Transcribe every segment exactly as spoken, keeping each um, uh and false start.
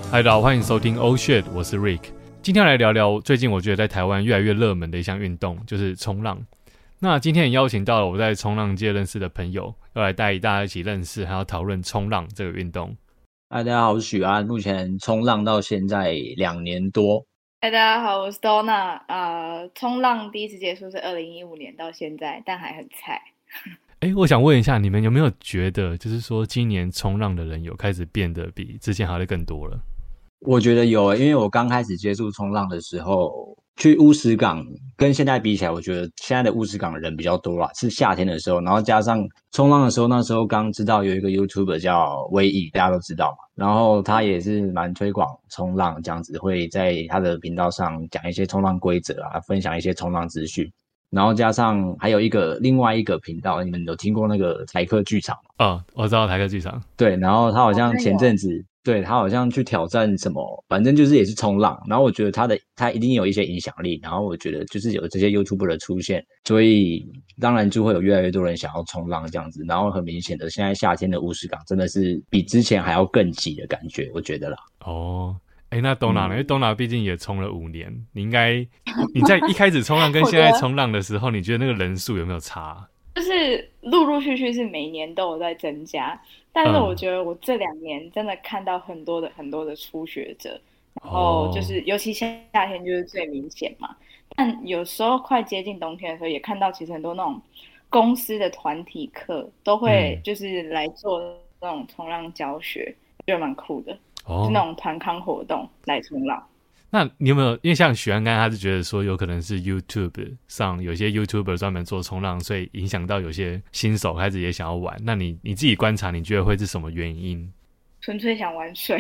嗨，大家好，欢迎收听 Oh Shit， 我是 Rick。今天来聊聊最近我觉得在台湾越来越热门的一项运动，就是冲浪。那今天也邀请到了我在冲浪界认识的朋友，要来带大家一起认识，还要讨论冲浪这个运动。 嗨，大家好，我是许安，目前冲浪到现在两年多。 嗨，大家好，我是 Donna。呃，冲浪第一次接触是二零一五年到现在，但还很菜。 哎，我想问一下，你们有没有觉得，就是说今年冲浪的人有开始变得比之前好的更多了？ 我觉得有，因为我刚开始接触冲浪的时候，去乌石港跟现在比起来，我觉得现在的乌石港人比较多啦，是夏天的时候，然后加上冲浪的时候，那时候刚知道有一个 YouTuber 叫威毅，大家都知道嘛，然后他也是蛮推广冲浪这样子，会在他的频道上讲一些冲浪规则啊，分享一些冲浪资讯。然后加上还有一个另外一个频道，你们有听过那个台客剧场吗？ 哦，我知道台客剧场。 对，然后他好像前阵子，对，他好像去挑战什么，反正就是也是冲浪。然后我觉得他的他一定有一些影响力。然后我觉得就是有这些 YouTuber 的出现，所以当然就会有越来越多人想要冲浪这样子。然后很明显的，现在夏天的乌石港真的是比之前还要更挤的感觉，我觉得啦。 哦。哎，那 Donna 呢？因为 Donna 毕竟也冲了五年，你应该你在一开始冲浪跟现在冲浪的时候，你觉得那个人数有没有差？ 就是陆陆续续是每年都有在增加，但是我觉得我这两年真的看到很多的很多的初学者，然后就是尤其夏天就是最明显嘛。但有时候快接近冬天的时候，也看到其实很多那种公司的团体课都会就是来做那种冲浪教学，我觉得蛮酷的。哦、是那种团康活动来冲浪。 那你有没有，因为像许安刚才他是觉得说有可能是 YouTube 上有些 YouTuber 专门做冲浪，所以影响到有些新手开始也想要玩。那你你自己观察，你觉得会是什么原因？ 纯粹想玩水。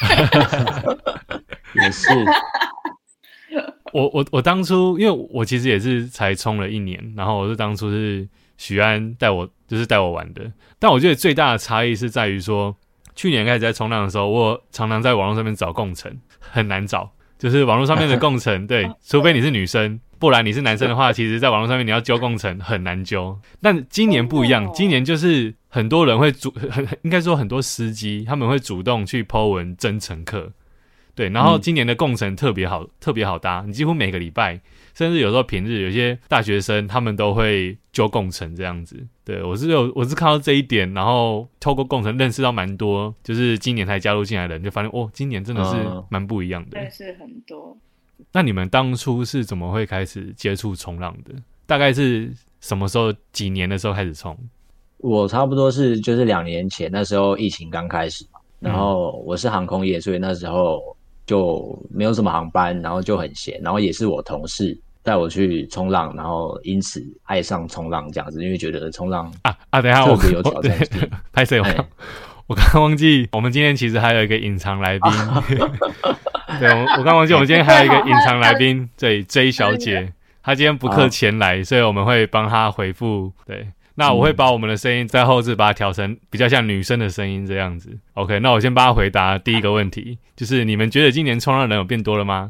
也是。 我我我当初因为我其实也是才冲了一年，然后我是当初是许安带我就是带我玩的，但我觉得最大的差异是在于说。去年开始在冲浪的时候，我常常在网络上面找共乘，很难找。就是网络上面的共乘，对，除非你是女生，不然你是男生的话，其实在网络上面你要揪共乘很难揪。但今年不一样，今年就是很多人会主，很应该说很多司机他们会主动去 po 文征乘客，对。然后今年的共乘特别好，特别好搭，你几乎每个礼拜，甚至有时候平日，有些大学生他们都会揪共乘这样子。对，我是有我是看到这一点，然后透过共乘认识到蛮多，就是今年才加入进来的人，就发现哦，今年真的是蛮不一样的。 认识很多。 那你们当初是怎么会开始接触冲浪的？大概是什么时候？几年的时候开始冲？ 我差不多是就是两年前，那时候疫情刚开始嘛，然后我是航空业，所以那时候就没有什么航班，然后就很闲，然后也是我同事带我去冲浪，然后因此爱上冲浪这样子，因为觉得冲浪啊啊，等一下特别有挑战性。 拍摄我我刚刚忘记，我们今天其实还有一个隐藏来宾。对，我我刚忘记，我们今天还有一个隐藏来宾，对 J 小姐，她今天不克前来，所以我们会帮她回复。对，那我会把我们的声音在后置把它调成比较像女生的声音这样子。OK， 那我先帮她回答第一个问题，就是你们觉得今年冲浪人有变多了吗？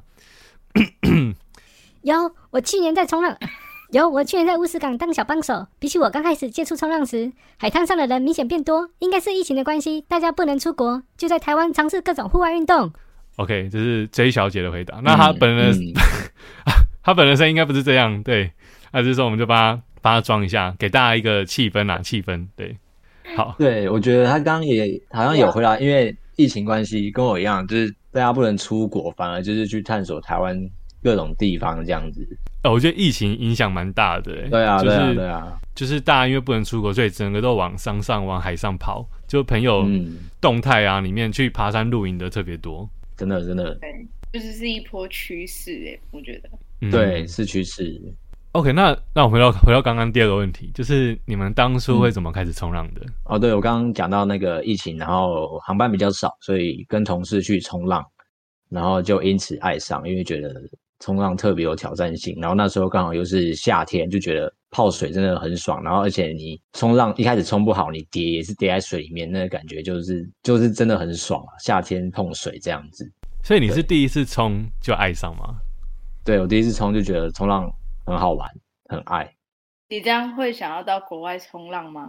有，我去年在冲浪，有，我去年在乌石港当小帮手。比起我刚开始接触冲浪时，海滩上的人明显变多，应该是疫情的关系，大家不能出国，就在台湾尝试各种户外运动。 OK， 这是 J 小姐的回答。那她本人的，嗯、她本人的声音应该不是这样，对，那就是说我们就帮她帮她装一下，给大家一个气氛啦，气氛，对，好， 对，我觉得她刚刚也好像有回答，因为疫情关系，跟我一样，就是大家不能出国，反而就是去探索台湾各种地方这样子。 呃，我觉得疫情影响蛮大的、欸。 对啊， 就是、 对啊，对啊， 就是大家因为不能出国，所以整个都往山上、往海上跑。就朋友动态啊，里面去爬山露营的特别多。 真的，真的。 对，就是是一波趋势诶，我觉得。 嗯、对，是趋势。 OK， 那那我回到回到刚刚第二个问题，就是你们当初会怎么开始冲浪的？ 嗯、哦，对，我刚刚讲到那个疫情，然后航班比较少，所以跟同事去冲浪，然后就因此爱上，因为觉得冲浪特别有挑战性。然后那时候刚好又是夏天，就觉得泡水真的很爽。然后而且你冲浪一开始冲不好，你跌也是跌在水里面，那个感觉就是就是真的很爽啊！夏天碰水这样子。 所以你是第一次冲就爱上吗？ 对，我第一次冲就觉得冲浪很好玩，很爱。 你这样会想要到国外冲浪吗？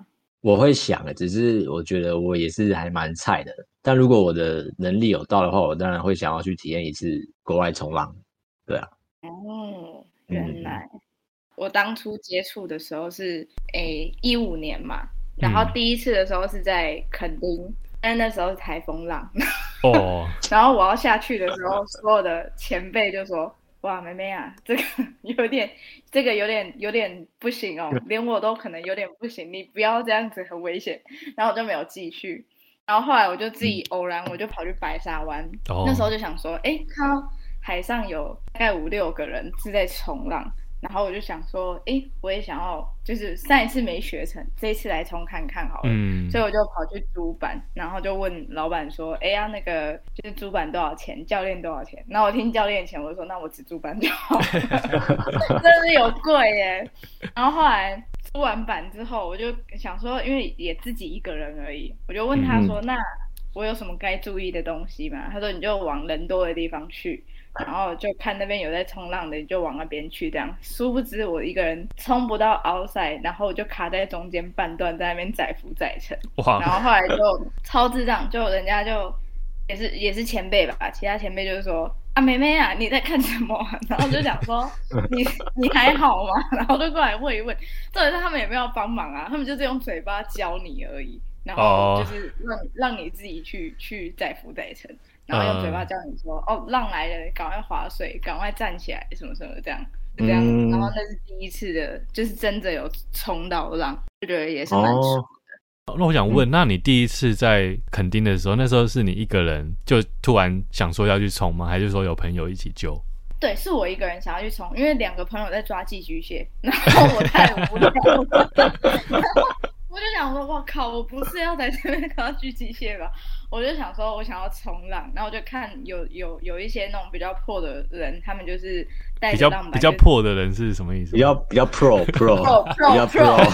我会想的，只是我觉得我也是还蛮菜的。但如果我的能力有到的话，我当然会想要去体验一次国外冲浪。对啊。 哦，原来、嗯、我当初接触的时候是诶一五年嘛，然后第一次的时候是在垦丁，但是那时候是台风浪。哦。然后我要下去的时候，所有的前辈就说：“哇，妹妹啊，这个有点，这个有点有点不行哦，连我都可能有点不行，你不要这样子，很危险。”然后我就没有继续。然后后来我就自己偶然我就跑去白沙湾、哦，那时候就想说，哎，看到海上有大概五六个人是在冲浪，然后我就想说，哎，我也想要，就是上一次没学成，这一次来冲看看好了。嗯，所以我就跑去租板，然后就问老板说，哎呀，那个就是租板多少钱，教练多少钱？然后我听教练的钱，我就说那我只租板就好了，真的是有贵耶。然后后来租完板之后，我就想说，因为也自己一个人而已，我就问他说，嗯、那我有什么该注意的东西吗？他说你就往人多的地方去。然后就看那边有在冲浪的，你就往那边去，这样。殊不知我一个人冲不到 outside， 然后我就卡在中间半段，在那边载浮载沉。哇！然后后来就超智障，就人家就也是也是前辈吧，其他前辈就是说啊，妹妹啊，你在看什么？然后就讲说你你还好吗？然后就过来问一问，重点是他们也没有帮忙啊，他们就是用嘴巴教你而已，然后就是让、oh. 让你自己去去载浮载沉。然后用嘴巴教你说、嗯、哦，浪来了，赶快划水，赶快站起来，什么什么这样，就这样、嗯。然后那是第一次的，就是真的有冲到浪，就觉得也是蛮爽的、 哦。那我想问、嗯，那你第一次在垦丁的时候，那时候是你一个人就突然想说要去冲吗？还是说有朋友一起救？ 对，是我一个人想要去冲，因为两个朋友在抓寄居蟹，然后我太无聊了。我就想说，我靠，我不是要在这边看到狙击蟹吧？我就想说，我想要冲浪，然后我就看有有有一些那种比较破的人，他们就是带着浪板、 就是。比较比较破的人是什么意思？ 比较比较 pro pro pro 比较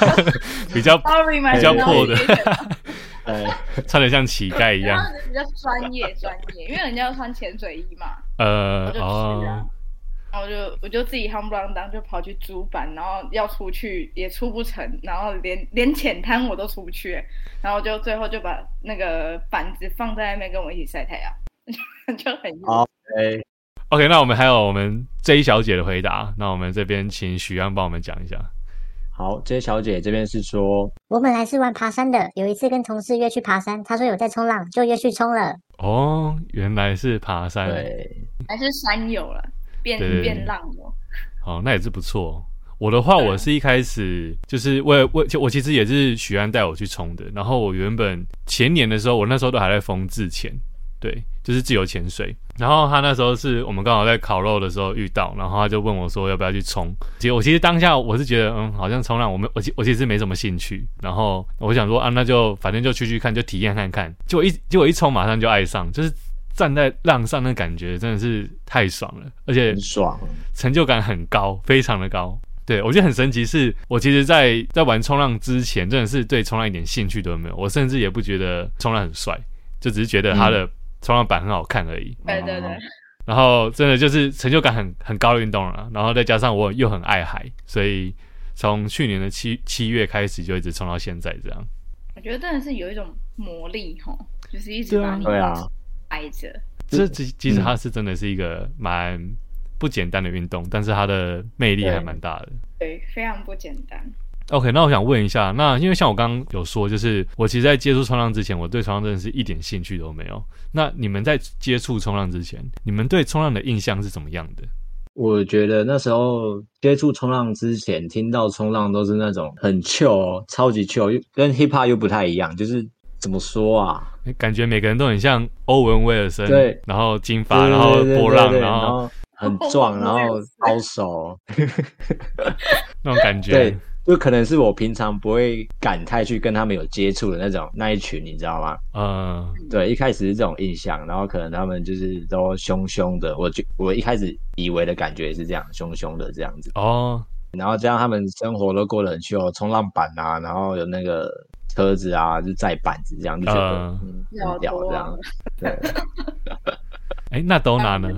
pro 比较比较破的， 呃， 穿得像乞丐一样。 比较专业专业，因为人家要穿潜水衣嘛。 呃， 我就去啊。然后我就我就自己夯不啷当就跑去租板，然后要出去也出不成，然后连连浅滩我都出不去，然后就最后就把那个板子放在那边跟我一起晒太阳，就很好。OK OK， 那我们还有我们 J 小姐的回答，那我们这边请许安帮我们讲一下。 好 ，J 小姐这边是说， 我本来是玩爬山的，有一次跟同事约去爬山，他说有在冲浪，就约去冲了。 哦，原来是爬山， 对， 还是山友了。变变浪了， 好，那也是不错。我的话，我是一开始就是我我我其实也是许安带我去冲的。然后我原本前年的时候，我那时候都还在封自潜，对，就是自由潜水。然后他那时候是我们刚好在烤肉的时候遇到，然后他就问我说要不要去冲。结果我其实当下我是觉得，嗯，好像冲浪我们我我其实没什么兴趣。然后我想说啊，那就反正就去去看，就体验看看。结果一结果一冲，马上就爱上，就是。站在浪上的感觉真的是太爽了，而且很爽， 成就感很高，非常的高。对，我觉得很神奇是，我其实在在玩冲浪之前，真的是对冲浪一点兴趣都没有，我甚至也不觉得冲浪很帅，就只是觉得他的冲浪板很好看而已。 对对对。 然后真的就是成就感很很高的运动了，然后再加上我又很爱海，所以从去年的七七月开始就一直冲到现在这样。 我觉得真的是有一种魔力齁，就是一直把你对啊。 挨着， 这其实它是真的是一个蛮不简单的运动，但是它的魅力还蛮大的。 对，非常不简单。 OK， 那我想问一下，那因为像我刚刚有说，就是我其实在接触冲浪之前，我对冲浪真的是一点兴趣都没有。那你们在接触冲浪之前，你们对冲浪的印象是怎么样的？ 我觉得那时候接触冲浪之前，听到冲浪都是那种很 chill， 超级 chill， 跟 hip hop 又不太一样，就是怎么说啊？ 感觉每个人都很像欧文威尔森， 对， 然后金发，然后波浪，然后很壮，然后高手， 那种感觉。 对，就可能是我平常不会敢太去跟他们有接触的那种那一群，你知道吗？ 嗯， 对，一开始是这种印象，然后可能他们就是都凶凶的，我就我一开始以为的感觉也是这样，凶凶的这样子。 哦， 然后加上他们生活都过得很秀，冲浪板啊，然后有那个。车子啊，就载板子这样，就觉得、呃、嗯很屌这样。对， 哎，那都拿呢？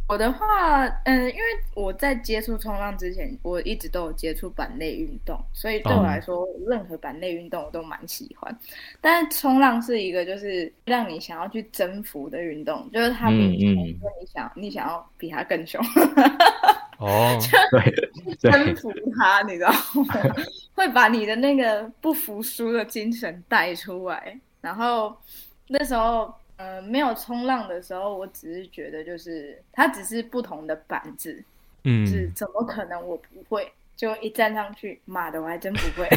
我的话，嗯，因为我在接触冲浪之前，我一直都有接触板类运动，所以对我来说，嗯、任何板类运动我都蛮喜欢。但是冲浪是一个就是让你想要去征服的运动，就是它比你想、嗯、你想要比它更凶。 哦， 对， 征服它，你知道吗？会把你的那个不服输的精神带出来。然后那时候。呃，没有冲浪的时候，我只是觉得就是它只是不同的板子，嗯，是怎么可能我不会？就一站上去，妈的，我还真不会。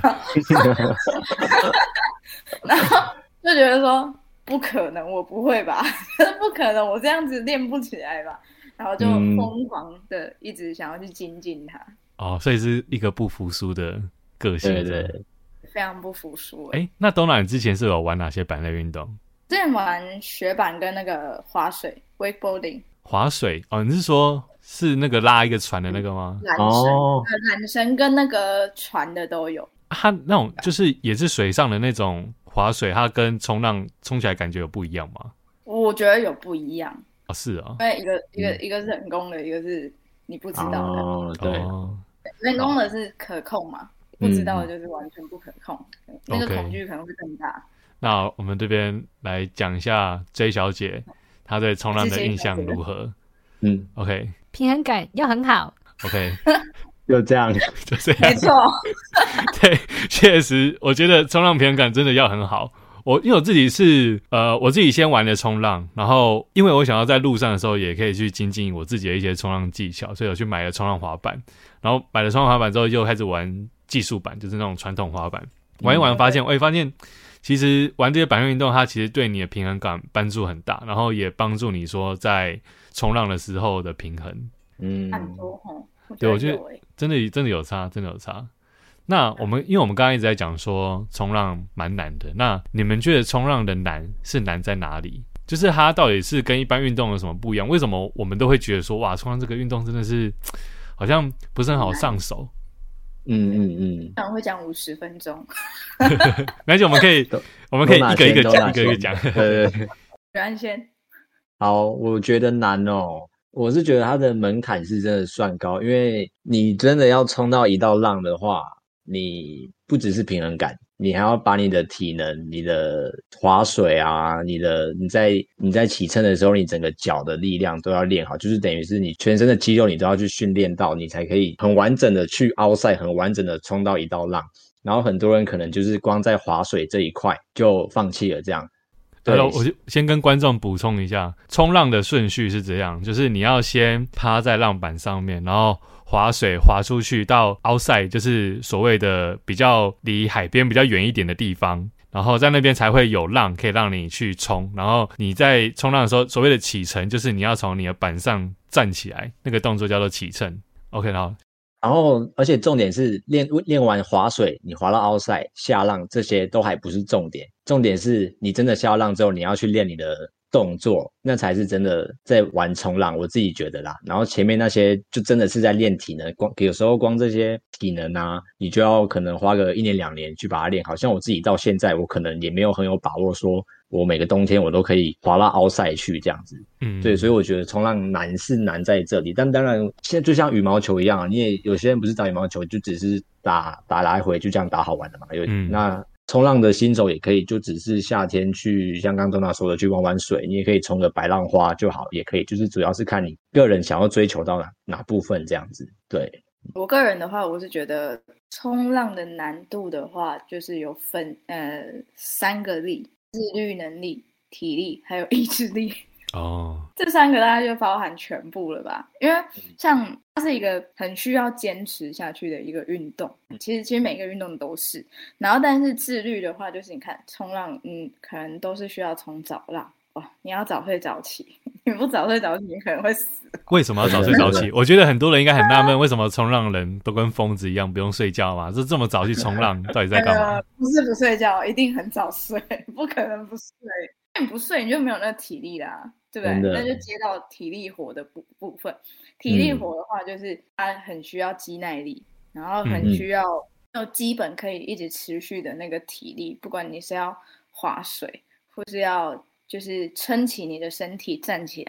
然后就觉得说不可能，我不会吧？不可能，我这样子练不起来吧？然后就疯狂的一直想要去精进它。 嗯、哦，所以是一个不服输的个性， 对对， 非常不服输。 哎，那Donna你之前是有玩哪些板类运动？ 之前玩雪板跟那个滑水 wakeboarding。 滑水哦，你是说是那个拉一个船的那个吗？ 缆绳、哦、缆绳跟那个船的都有。 它那种就是也是水上的那种滑水，它跟冲浪冲起来感觉有不一样吗？ 我觉得有不一样。 哦，是啊、哦， 因为一个一个、嗯、一个是人工的，一个是你不知道的。 哦，对， 哦、 人工的是可控嘛，不知道的就是完全不可控，嗯、那个恐惧可能会更大。 那我们这边来讲一下 J 小姐她对冲浪的印象如何？ 嗯 ，OK， 平衡感要很好。 OK， 就这样， 就这样， 没错。 对，确实，我觉得冲浪平衡感真的要很好。我因为我自己是呃，我自己先玩的冲浪，然后因为我想要在路上的时候也可以去精进我自己的一些冲浪技巧，所以我去买了冲浪滑板，然后买了冲浪滑板之后又开始玩技术板，就是那种传统滑板，玩一玩发现，我也、嗯欸、发现。其实玩这些板类运动，它其实对你的平衡感帮助很大，然后也帮助你说在冲浪的时候的平衡。 嗯， 很多哈， 对，我觉得真的真的有差，真的有差。那我们因为我们刚刚一直在讲说冲浪蛮难的，那你们觉得冲浪的难是难在哪里？就是它到底是跟一般运动有什么不一样？为什么我们都会觉得说哇，冲浪这个运动真的是好像不是很好上手？ 嗯嗯嗯， 可能会讲五十分钟。 没关系，我们可以我们可以一个一个讲，一个一个讲。 对对对， 袁先。 好，我觉得难哦。我是觉得它的门槛是真的算高，因为你真的要冲到一道浪的话，你不只是平衡感，你还要把你的体能、你的划水啊、你的你在你在起撑的时候，你整个脚的力量都要练好，就是等于是你全身的肌肉你都要去训练到，你才可以很完整的去凹赛，很完整的冲到一道浪。然后很多人可能就是光在划水这一块就放弃了这样。 对，我就先跟观众补充一下，冲浪的顺序是这样，就是你要先趴在浪板上面，然后划水划出去到 outside， 就是所谓的比较离海边比较远一点的地方，然后在那边才会有浪可以让你去冲。然后你在冲浪的时候，所谓的起程就是你要从你的板上站起来，那个动作叫做起乘。OK， 然后。 然后，而且重点是练练完划水，你划到outside下浪，这些都还不是重点。重点是你真的下浪之后，你要去练你的动作，那才是真的在玩冲浪。我自己觉得啦。然后前面那些就真的是在练体能，光有时候光这些体能啊，你就要可能花个一年两年去把它练好。像我自己到现在，我可能也没有很有把握说。我每个冬天我都可以滑到outside去这样子，嗯，对，所以我觉得冲浪难是难在这里，但当然现在就像羽毛球一样啊，你也有些人不是打羽毛球就只是打打来回就这样打好玩的嘛，有、嗯、那冲浪的新手也可以就只是夏天去像刚刚Donna说的去玩玩水，你也可以冲个白浪花就好，也可以，就是主要是看你个人想要追求到哪哪部分这样子。对， 我个人的话，我是觉得冲浪的难度的话，就是有分呃三个力。自律能力、体力还有意志力哦， 这三个大概就包含全部了吧？因为像它是一个很需要坚持下去的一个运动，其实其实每个运动都是。然后但是自律的话，就是你看冲浪，嗯，可能都是需要从早浪哇，你要早睡早起，你不早睡早起，你可能会死。 为什么要早睡早起？我觉得很多人应该很纳闷，为什么冲浪人都跟疯子一样不用睡觉嘛？这这么早去冲浪，到底在干嘛？ 呃、不是不睡觉，一定很早睡，不可能不睡。你不睡，你就没有那个体力啦，对不对？那就接到体力活的部部分。体力活的话，就是它很需要肌耐力，然后很需要有基本可以一直持续的那个体力，不管你是要划水，或是要就是撑起你的身体站起来。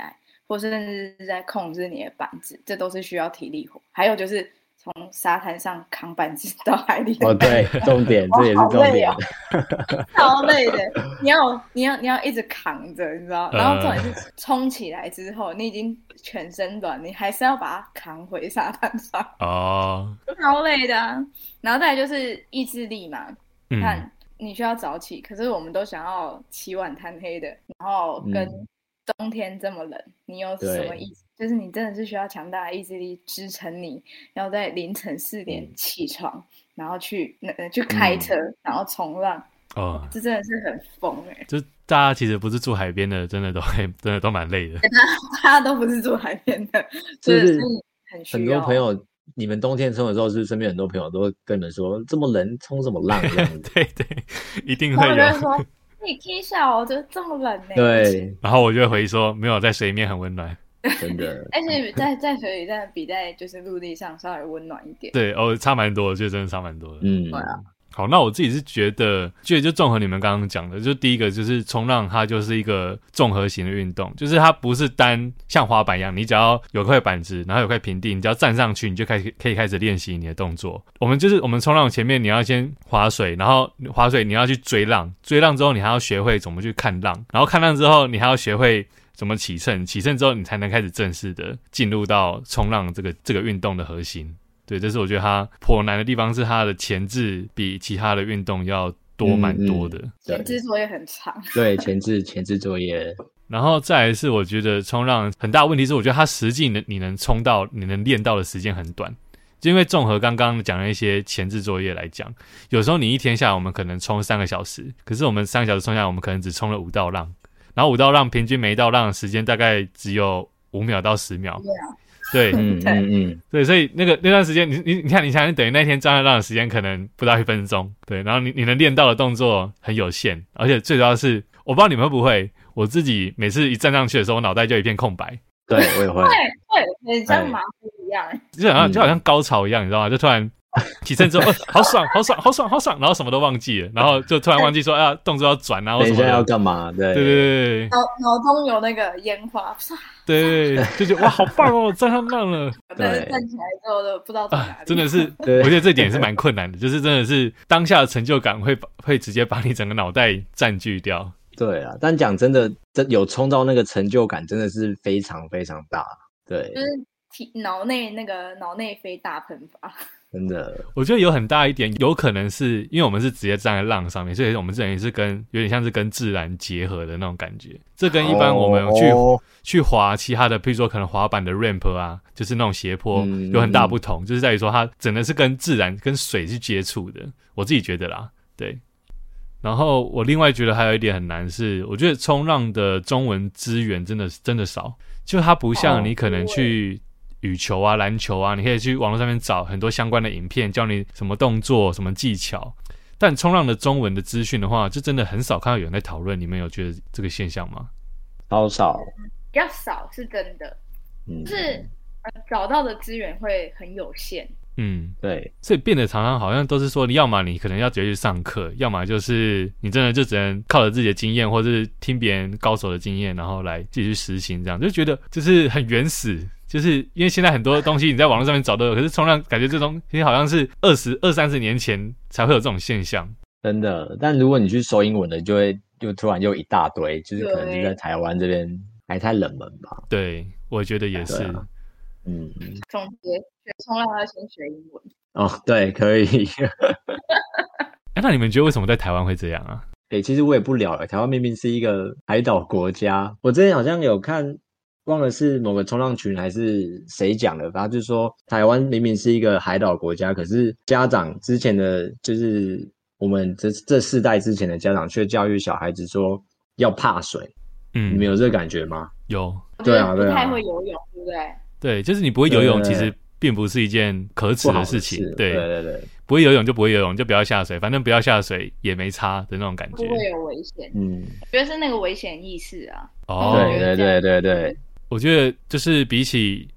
或甚至是在控制你的板子，这都是需要体力活。还有就是从沙滩上扛板子到海里。 哦，对，重点，这也是重点。 哦、超累的，你要你要你要一直扛着，你知道？然后重点是冲起来之后，你已经全身软，你还是要把它扛回沙滩上。 哦， 超累的、啊。然后再来就是意志力嘛，你看、嗯、你需要早起，可是我们都想要起晚贪黑的，然后跟冬天这么冷，嗯、你有什么意思？就是你真的是需要强大的意志力支撑你，要在凌晨四点起床，嗯、然后去呃去开车，嗯、然后冲浪。哦，这真的是很疯哎、欸！ 就大家其实不是住海边的，真的都会真的都蛮累的。 大家都不是住海边的， 就是很需要。 很多朋友，你们冬天冲的时候，是不是身边很多朋友都会跟你们说，这么冷冲什么浪这样子？ 对对，一定会有。 然后说你 K 笑，我觉得这么冷呢、欸。 对， 然后我就会回说，没有，在水面很温暖。 真的， 而且在在水里，真的比在就是陆地上稍微温暖一点。 对哦，差蛮多的，我觉得真的差蛮多的。 嗯， 对啊。 好，那我自己是觉得，觉得就综合你们刚刚讲的，就第一个就是冲浪，它就是一个综合型的运动，就是它不是单像滑板一样，你只要有块板子，然后有块平地，你只要站上去，你就开始可以开始练习你的动作。我们就是我们冲浪前面你要先划水，然后划水你要去追浪，追浪之后你还要学会怎么去看浪，然后看浪之后你还要学会怎么起乘，起乘之后你才能开始正式的进入到冲浪这个这个运动的核心。对，这是我觉得它颇难的地方，是它的前置比其他的运动要多蛮多的。 嗯嗯、 前置作业很长。 对，前置前置作业。 然后再来是我觉得冲浪很大的问题是，我觉得它实际能你能冲到你能练到的时间很短。就因为综合刚刚讲的一些前置作业来讲，有时候你一天下来我们可能冲三个小时，可是我们三个小时冲下来，我们可能只冲了五道浪，然后五道浪平均每一道浪的时间大概只有五秒到十秒。对， 嗯嗯嗯， 对，所以那个那段时间，你你你看，你想，你等于那天站在浪的时间可能不到一分钟，对，然后你你能练到的动作很有限，而且最主要是，我不知道你们会不会，我自己每次一站上去的时候，我脑袋就一片空白。 对，我也会， 对，很像马虎一样， 就好像就好像高潮一样，你知道吗？就突然起身之后，哦，好爽，好爽，好爽，好爽，然后什么都忘记了，然后就突然忘记说啊，动作要转啊，或什么的， 等一下要干嘛？对， 对对对， 脑脑中有那个烟花， 对，就觉得哇，好棒哦，站上浪了。 但是站起来之后都不知道在哪里， 啊、真的是，我觉得这点是蛮困难的，就是真的是当下的成就感会会直接把你整个脑袋占据掉。 对啊，但讲真的，真有冲到那个成就感，真的是非常非常大。对， 就是体脑内那个脑内飞大喷发。 真的， 我觉得有很大一点，有可能是因为我们是直接站在浪上面，所以我们这也是跟有点像是跟自然结合的那种感觉。这跟一般我们去、哦、去滑其他的，譬如说可能滑板的 ramp 啊，就是那种斜坡，嗯、有很大不同，就是在于说它真的是跟自然、跟水去接触的。我自己觉得啦，对。然后我另外觉得还有一点很难是，我觉得冲浪的中文资源真的真的少，就它不像你可能去羽球啊、篮球啊，你可以去网络上面找很多相关的影片，教你什么动作、什么技巧。但冲浪的中文的资讯的话，就真的很少看到有人在讨论。你们有觉得这个现象吗？ 超少， 比较少是真的，嗯、就是、呃、找到的资源会很有限。 嗯， 对， 所以变得常常好像都是说，你要么你可能要直接去上课，要么就是你真的就只能靠着自己的经验，或是听别人高手的经验，然后来自己去实行，这样就觉得就是很原始。就是因为现在很多东西你在网络上面找都有，可是冲浪感觉这东西好像是二十二三十年前才会有这种现象。 真的，但如果你去搜英文的，就会就突然又一大堆，就是可能就在台湾这边还太冷门吧。 对，我觉得也是。啊、 嗯， 总结学冲浪要先学英文。 哦，对，可以。 欸、那你们觉得为什么在台湾会这样啊？ 欸、其实我也不了了，台湾明明是一个海岛国家，我之前好像有看。忘了是某个冲浪群还是谁讲的，反正就是说台湾明明是一个海岛国家，可是家长之前的就是我们这这世代之前的家长却教育小孩子说要怕水。嗯，你们有这个感觉吗？ 有， 对啊，对啊， 不太会游泳，对不对？ 对，就是你不会游泳，其实并不是一件可耻的事情。对对对对， 不会游泳就不会游泳，就不要下水，反正不要下水也没差的那种感觉。 不会有危险，嗯，我觉得是那个危险意识啊。 哦， 对对对对对。 我觉得就是比起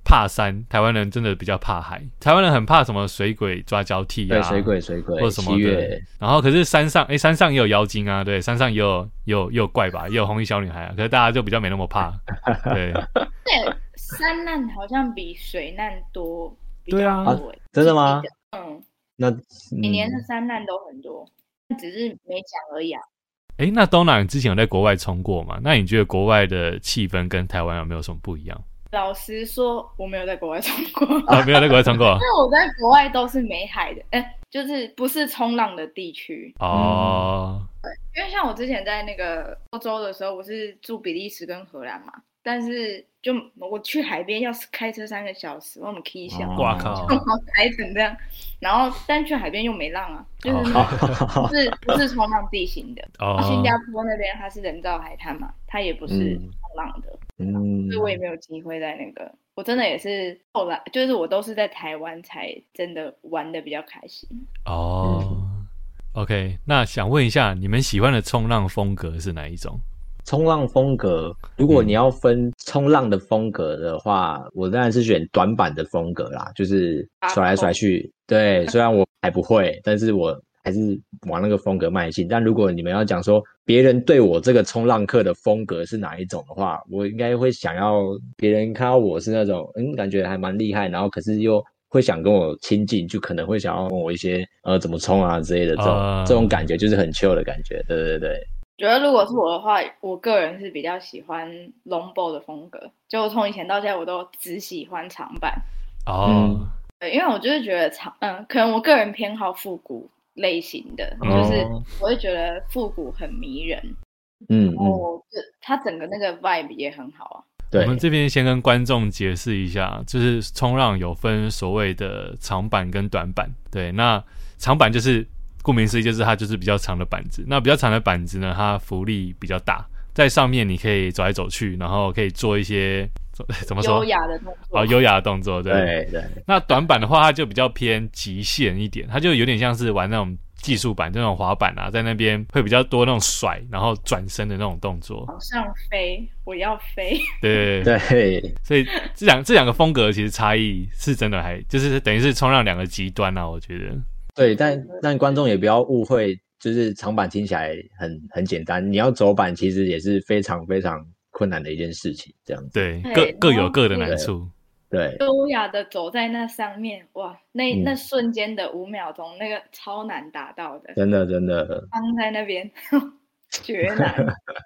怕山，台湾人真的比较怕海。台湾人很怕什么水鬼抓交替啊， 对，水鬼水鬼或什么的。然后可是山上，哎，山上也有妖精啊，对，山上也有也有也有怪吧，也有红衣小女孩啊。可是大家就比较没那么怕，对。 对，山难好像比水难多。 对啊， 啊真的吗？ 嗯， 那每年的山难都很多，只是没讲而已啊。 哎，那 Donna 你之前有在国外冲过吗？那你觉得国外的气氛跟台湾有没有什么不一样？ 老实说，我没有在国外冲过啊，没有在国外冲过， 因为我在国外都是没海的，哎，就是不是冲浪的地区哦。 对，因为像我之前在那个欧洲的时候，我是住比利时跟荷兰嘛，但是就我去海边要是开车三个小时，我们 K 一下， 哇靠， 开成这样，然后但去海边又没浪啊，就是那不是不是冲浪地形的。哦，新加坡那边它是人造海滩嘛，它也不是冲浪的，嗯，所以我也没有机会在那个。我真的也是后来，就是我都是在台湾才真的玩的比较开心。 哦、嗯、，OK， 那想问一下，你们喜欢的冲浪风格是哪一种？ 冲浪风格，如果你要分冲浪的风格的话，嗯、我当然是选短板的风格啦，就是甩来甩去。对，虽然我还不会，但是我还是往那个风格迈进。但如果你们要讲说别人对我这个冲浪客的风格是哪一种的话，我应该会想要别人看到我是那种嗯感觉还蛮厉害，然后可是又会想跟我亲近，就可能会想要问我一些呃怎么冲啊之类的这种、uh... 这种感觉，就是很 chill 的感觉。对对对。 觉得如果是我的话，我个人是比较喜欢 longboard 的风格，就我从以前到现在我都只喜欢长板。 哦、oh. 对，因为我就是觉得长，嗯，可能我个人偏好复古类型的， oh. 就是我会觉得复古很迷人。 嗯， 然后就它整个那个 vibe 也很好啊。 对，我们这边先跟观众解释一下，就是冲浪有分所谓的长板跟短板。对，那长板就是顾名思义，就是它就是比较长的板子。那比较长的板子呢，它浮力比较大，在上面你可以走来走去，然后可以做一些怎么说优雅的动作。 哦，优雅的动作，对对对。 那短板的话，它就比较偏极限一点，它就有点像是玩那种技术板，这种滑板啊，在那边会比较多那种甩，然后转身的那种动作。 往上飞，我要飞。 对对， 所以这两这两个风格其实差异是真的还，就是等于是冲浪两个极端啊，我觉得。 对，但但观众也不要误会，就是长板听起来很很简单，你要走板其实也是非常非常困难的一件事情，这样子。 对，各各有各的难处。 对， 优雅的走在那上面，哇，那、嗯、那瞬间的五秒钟，那个超难达到的， 真的真的。 放在那边，绝难。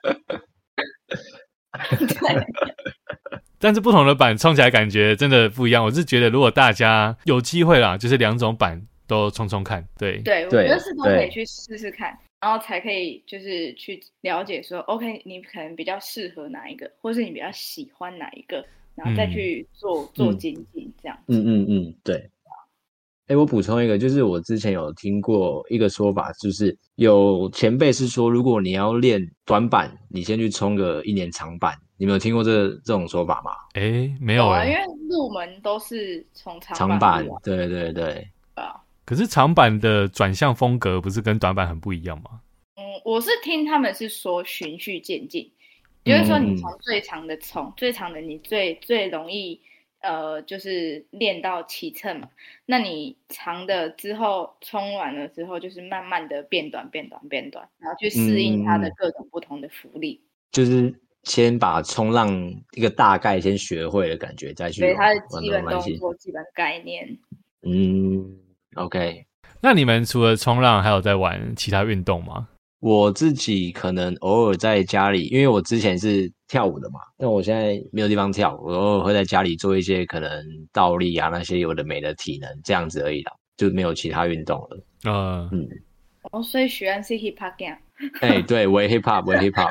对。 但是不同的板冲起来感觉真的不一样。我是觉得如果大家有机会啦，就是两种板都冲冲看。对对，我觉得是都可以去试试看，然后才可以就是去了解说 OK 你可能比较适合哪一个，或是你比较喜欢哪一个，然后再去做、嗯、做精进这样子。 嗯嗯嗯，对。哎，我补充一个，就是我之前有听过一个说法，就是有前辈是说，如果你要练短板，你先去冲个一年长板。你们有听过这这种说法吗？ 哎，没有哎、 欸啊，因为入门都是从长板。长板，对对对。 啊。 可是长板的转向风格不是跟短板很不一样吗？ 嗯，我是听他们是说循序渐进，也就是说你从最长的冲、嗯，最长的你最最容易。呃，就是练到起乘嘛，那你长的之后冲完了之后，就是慢慢的变短、变短、变短，然后去适应它的各种不同的浮力。嗯、 就是先把冲浪一个大概先学会的感觉，再去对它的基本动作、基本概念。 嗯 ，OK。 那你们除了冲浪，还有在玩其他运动吗？ 我自己可能偶尔在家里，因为我之前是跳舞的嘛，但我现在没有地方跳，我偶尔会在家里做一些可能倒立啊那些有的没的体能这样子而已啦，就没有其他运动了。 呃、 嗯，哦，所以许安是 hip hop gang。 哎，对，我也 hip hop， 我也 hip hop。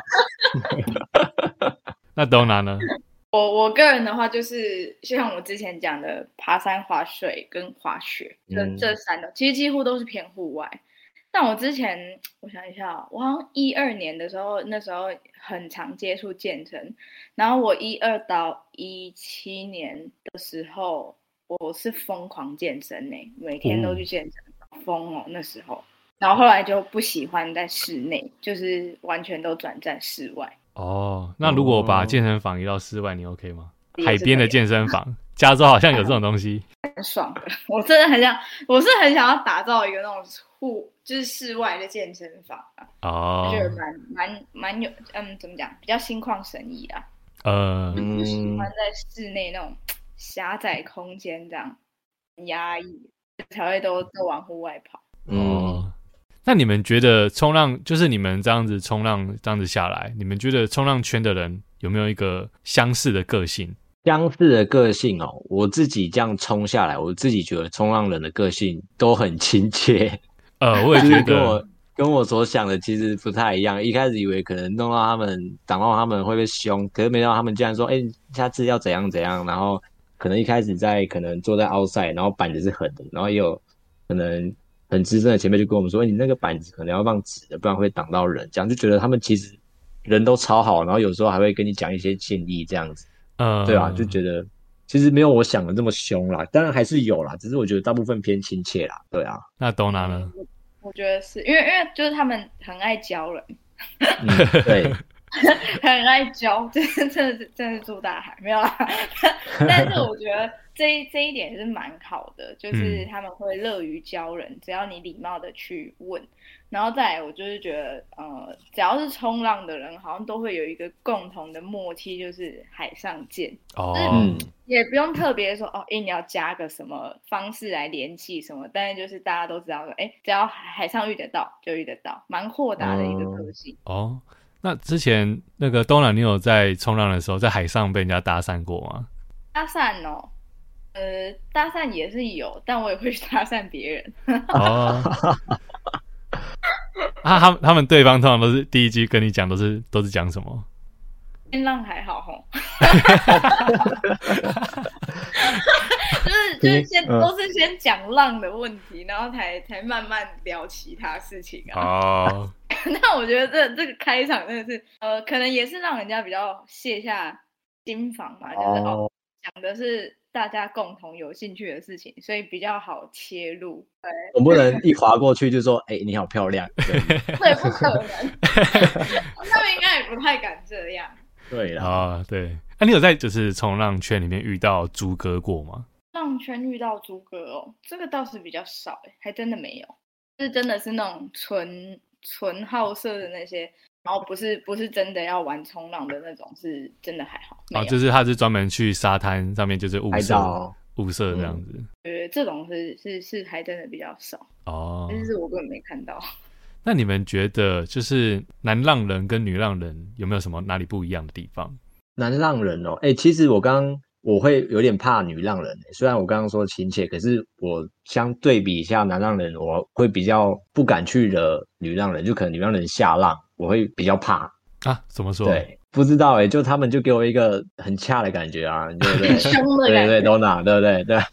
那 Donna 呢？ 我我个人的话，就是就像我之前讲的，爬山、滑水跟滑雪，这、嗯、这三种其实几乎都是偏户外。但我之前我想一下，我好像一二年的时候，那时候很常接触健身，然后我一二到一七年的时候，我是疯狂健身呢、欸，每天都去健身，疯、嗯、哦那时候。然后后来就不喜欢在室内，就是完全都转战室外。 哦，那如果把健身房移到室外，你 OK 吗？ 海边的健身房，加州好像有这种东西， 很爽的。我真的很想，我是很想要打造一个那种户，就是室外的健身房啊。哦，我觉得蛮蛮蛮有，嗯，怎么讲，比较心旷神怡啊。呃，不喜欢在室内那种狭窄空间这样很压抑，才会都都往户外跑。 哦，那你们觉得冲浪，就是你们这样子冲浪这样子下来，你们觉得冲浪圈的人有没有一个相似的个性？ 相似的个性哦，我自己这样冲下来，我自己觉得冲浪人的个性都很亲切。 呃，我也觉得跟我跟我所想的其实不太一样。一开始以为可能弄到他们挡到他们会被凶，可是没想到他们竟然说：“哎、欸，下次要怎样怎样。”然后可能一开始在可能坐在 outside， 然后板子是横的，然后也有可能很资深的前辈就跟我们说：“哎、欸，你那个板子可能要放直的，不然会挡到人。”这样就觉得他们其实人都超好，然后有时候还会跟你讲一些建议这样子。嗯，对啊，就觉得其实没有我想的这么凶啦，当然还是有啦，只是我觉得大部分偏亲切啦。对啊， 那Donna呢？ 我觉得是因为因为就是他们很爱教人， 嗯、对， 很爱教，真的真的真的是住大海没有啦。但是我觉得这一这一点是蛮好的，就是他们会乐于教人，只要你礼貌的去问。然后再来，我就是觉得，呃，只要是冲浪的人，好像都会有一个共同的默契，就是海上见。哦，就是也不用特别说哦，哎，你要加个什么方式来联系什么，但是就是大家都知道说，哎，只要海上遇得到就遇得到，蛮豁达的一个个性。 哦，那之前那个Donna，你有在冲浪的时候在海上被人家搭讪过吗？ 搭讪哦，呃，搭讪也是有，但我也会去搭讪别人。 哦。啊，他们他们对方通常都是第一句跟你讲都是都是讲什么？ 先浪还好吼，就是就是先、嗯、都是先讲浪的问题，然后才才慢慢聊其他事情啊。哦，那我觉得这这个开场真的是呃，可能也是让人家比较卸下心防嘛，就是哦讲的是大家共同有兴趣的事情，所以比较好切入。对， 总不能一滑过去就说：“哎、欸，你好漂亮。” 对，不可能，他们应该也不太敢这样。 对啦， 啊，对。那、啊、你有在就是冲浪圈里面遇到猪哥过吗？ 浪圈遇到猪哥哦，这个倒是比较少哎，还真的没有。是真的是那种纯纯好色的那些。然后不是不是真的要玩冲浪的那种，是真的还好。 哦，就是他是专门去沙滩上面就是物色物色这样子。 对、嗯，这种是是是还真的比较少哦，但是我根本没看到。 那你们觉得就是男浪人跟女浪人有没有什么哪里不一样的地方？ 男浪人哦，哎、欸，其实我刚刚我会有点怕女浪人、欸，虽然我刚刚说亲切，可是我相对比一下男浪人，我会比较不敢去惹女浪人，就可能女浪人下浪。我会比较怕啊？怎么说？ 对，不知道哎、欸，就他们就给我一个很恰的感觉啊，对不对？ 凶的感觉， 对对都拿，对不对？对，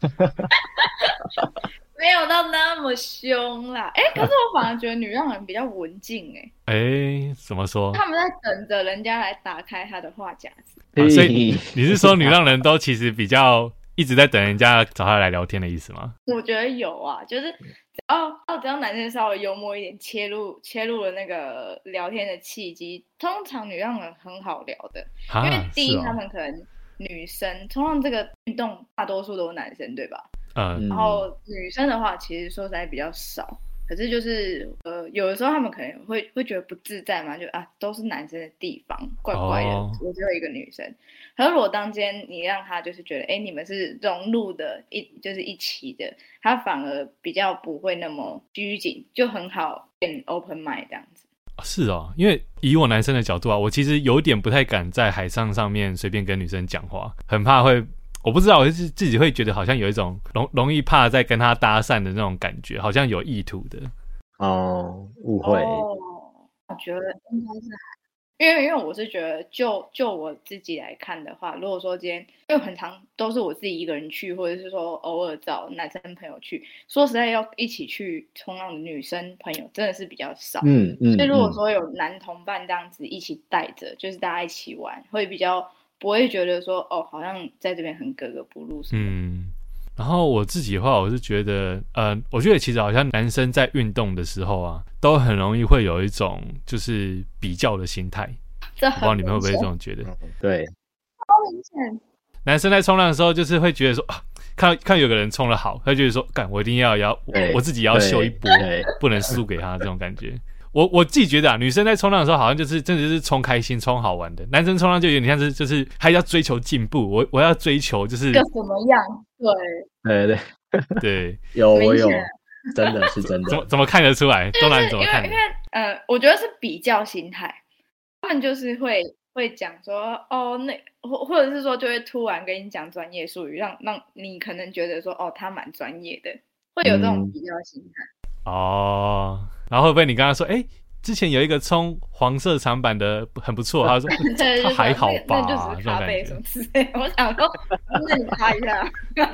没有到那么凶啦。哎、欸，可是我反而觉得女浪人比较文静哎、 欸。哎、欸，怎么说？ 他们在等着人家来打开他的话匣子、 啊。所以你是说女浪人都其实比较一直在等人家找他来聊天的意思吗？ 我觉得有啊，就是。哦哦，只要男生稍微幽默一点，切入切入了那个聊天的契机，通常女浪人很好聊的，因为第一、哦、他们可能女生冲浪这个运动大多数都是男生对吧？嗯，然后女生的话其实说实在比较少，可是就是呃有的时候他们可能会会觉得不自在嘛，就啊都是男生的地方，怪怪的，哦、我只有一个女生。可是如果当间你让他就是觉得，哎，你们是融入的一就是一起的，他反而比较不会那么拘谨，就很好变 open mind 这样子。 是哦，因为以我男生的角度啊，我其实有点不太敢在海上上面随便跟女生讲话，很怕会，我不知道，我就是自己会觉得好像有一种容容易怕在跟他搭讪的那种感觉，好像有意图的。 哦，误会。 哦，我觉得应该是还。因为因为我是觉得就就我自己来看的话，如果说今天因为很常都是我自己一个人去，或者是说偶尔找男生朋友去，说实在要一起去冲浪的女生朋友真的是比较少。嗯嗯。所以如果说有男同伴这样子一起带着，就是大家一起玩，会比较不会觉得说哦好像在这边很格格不入什么。嗯。 然后我自己的话，我是觉得，呃，我觉得其实好像男生在运动的时候啊，都很容易会有一种就是比较的心态。 这我不知道你们会不会这种觉得？ 对， 超明显。 男生在冲浪的时候，就是会觉得说啊，看到看到有个人冲得好，他就觉得说，干，我一定要要我自己要秀一波，不能输给他这种感觉。我我自己觉得啊，女生在冲浪的时候，好像就是真的是冲开心、冲好玩的。男生冲浪就有点像是就是还要追求进步，我我要追求就是个什么样？对对对对， 有我有，真的是真的。 怎么怎么看得出来？东南怎么看的？ 因为因为呃，我觉得是比较心态，他们就是会会讲说哦，那或或者是说就会突然跟你讲专业术语，让让你可能觉得说哦，他蛮专业的，会有这种比较心态。 嗯、哦。然后会不会你刚刚说，哎，之前有一个冲黄色长板的很不错，他说对他还好吧， 那就只是咖啡什么之类的。我想说，那你擦一下，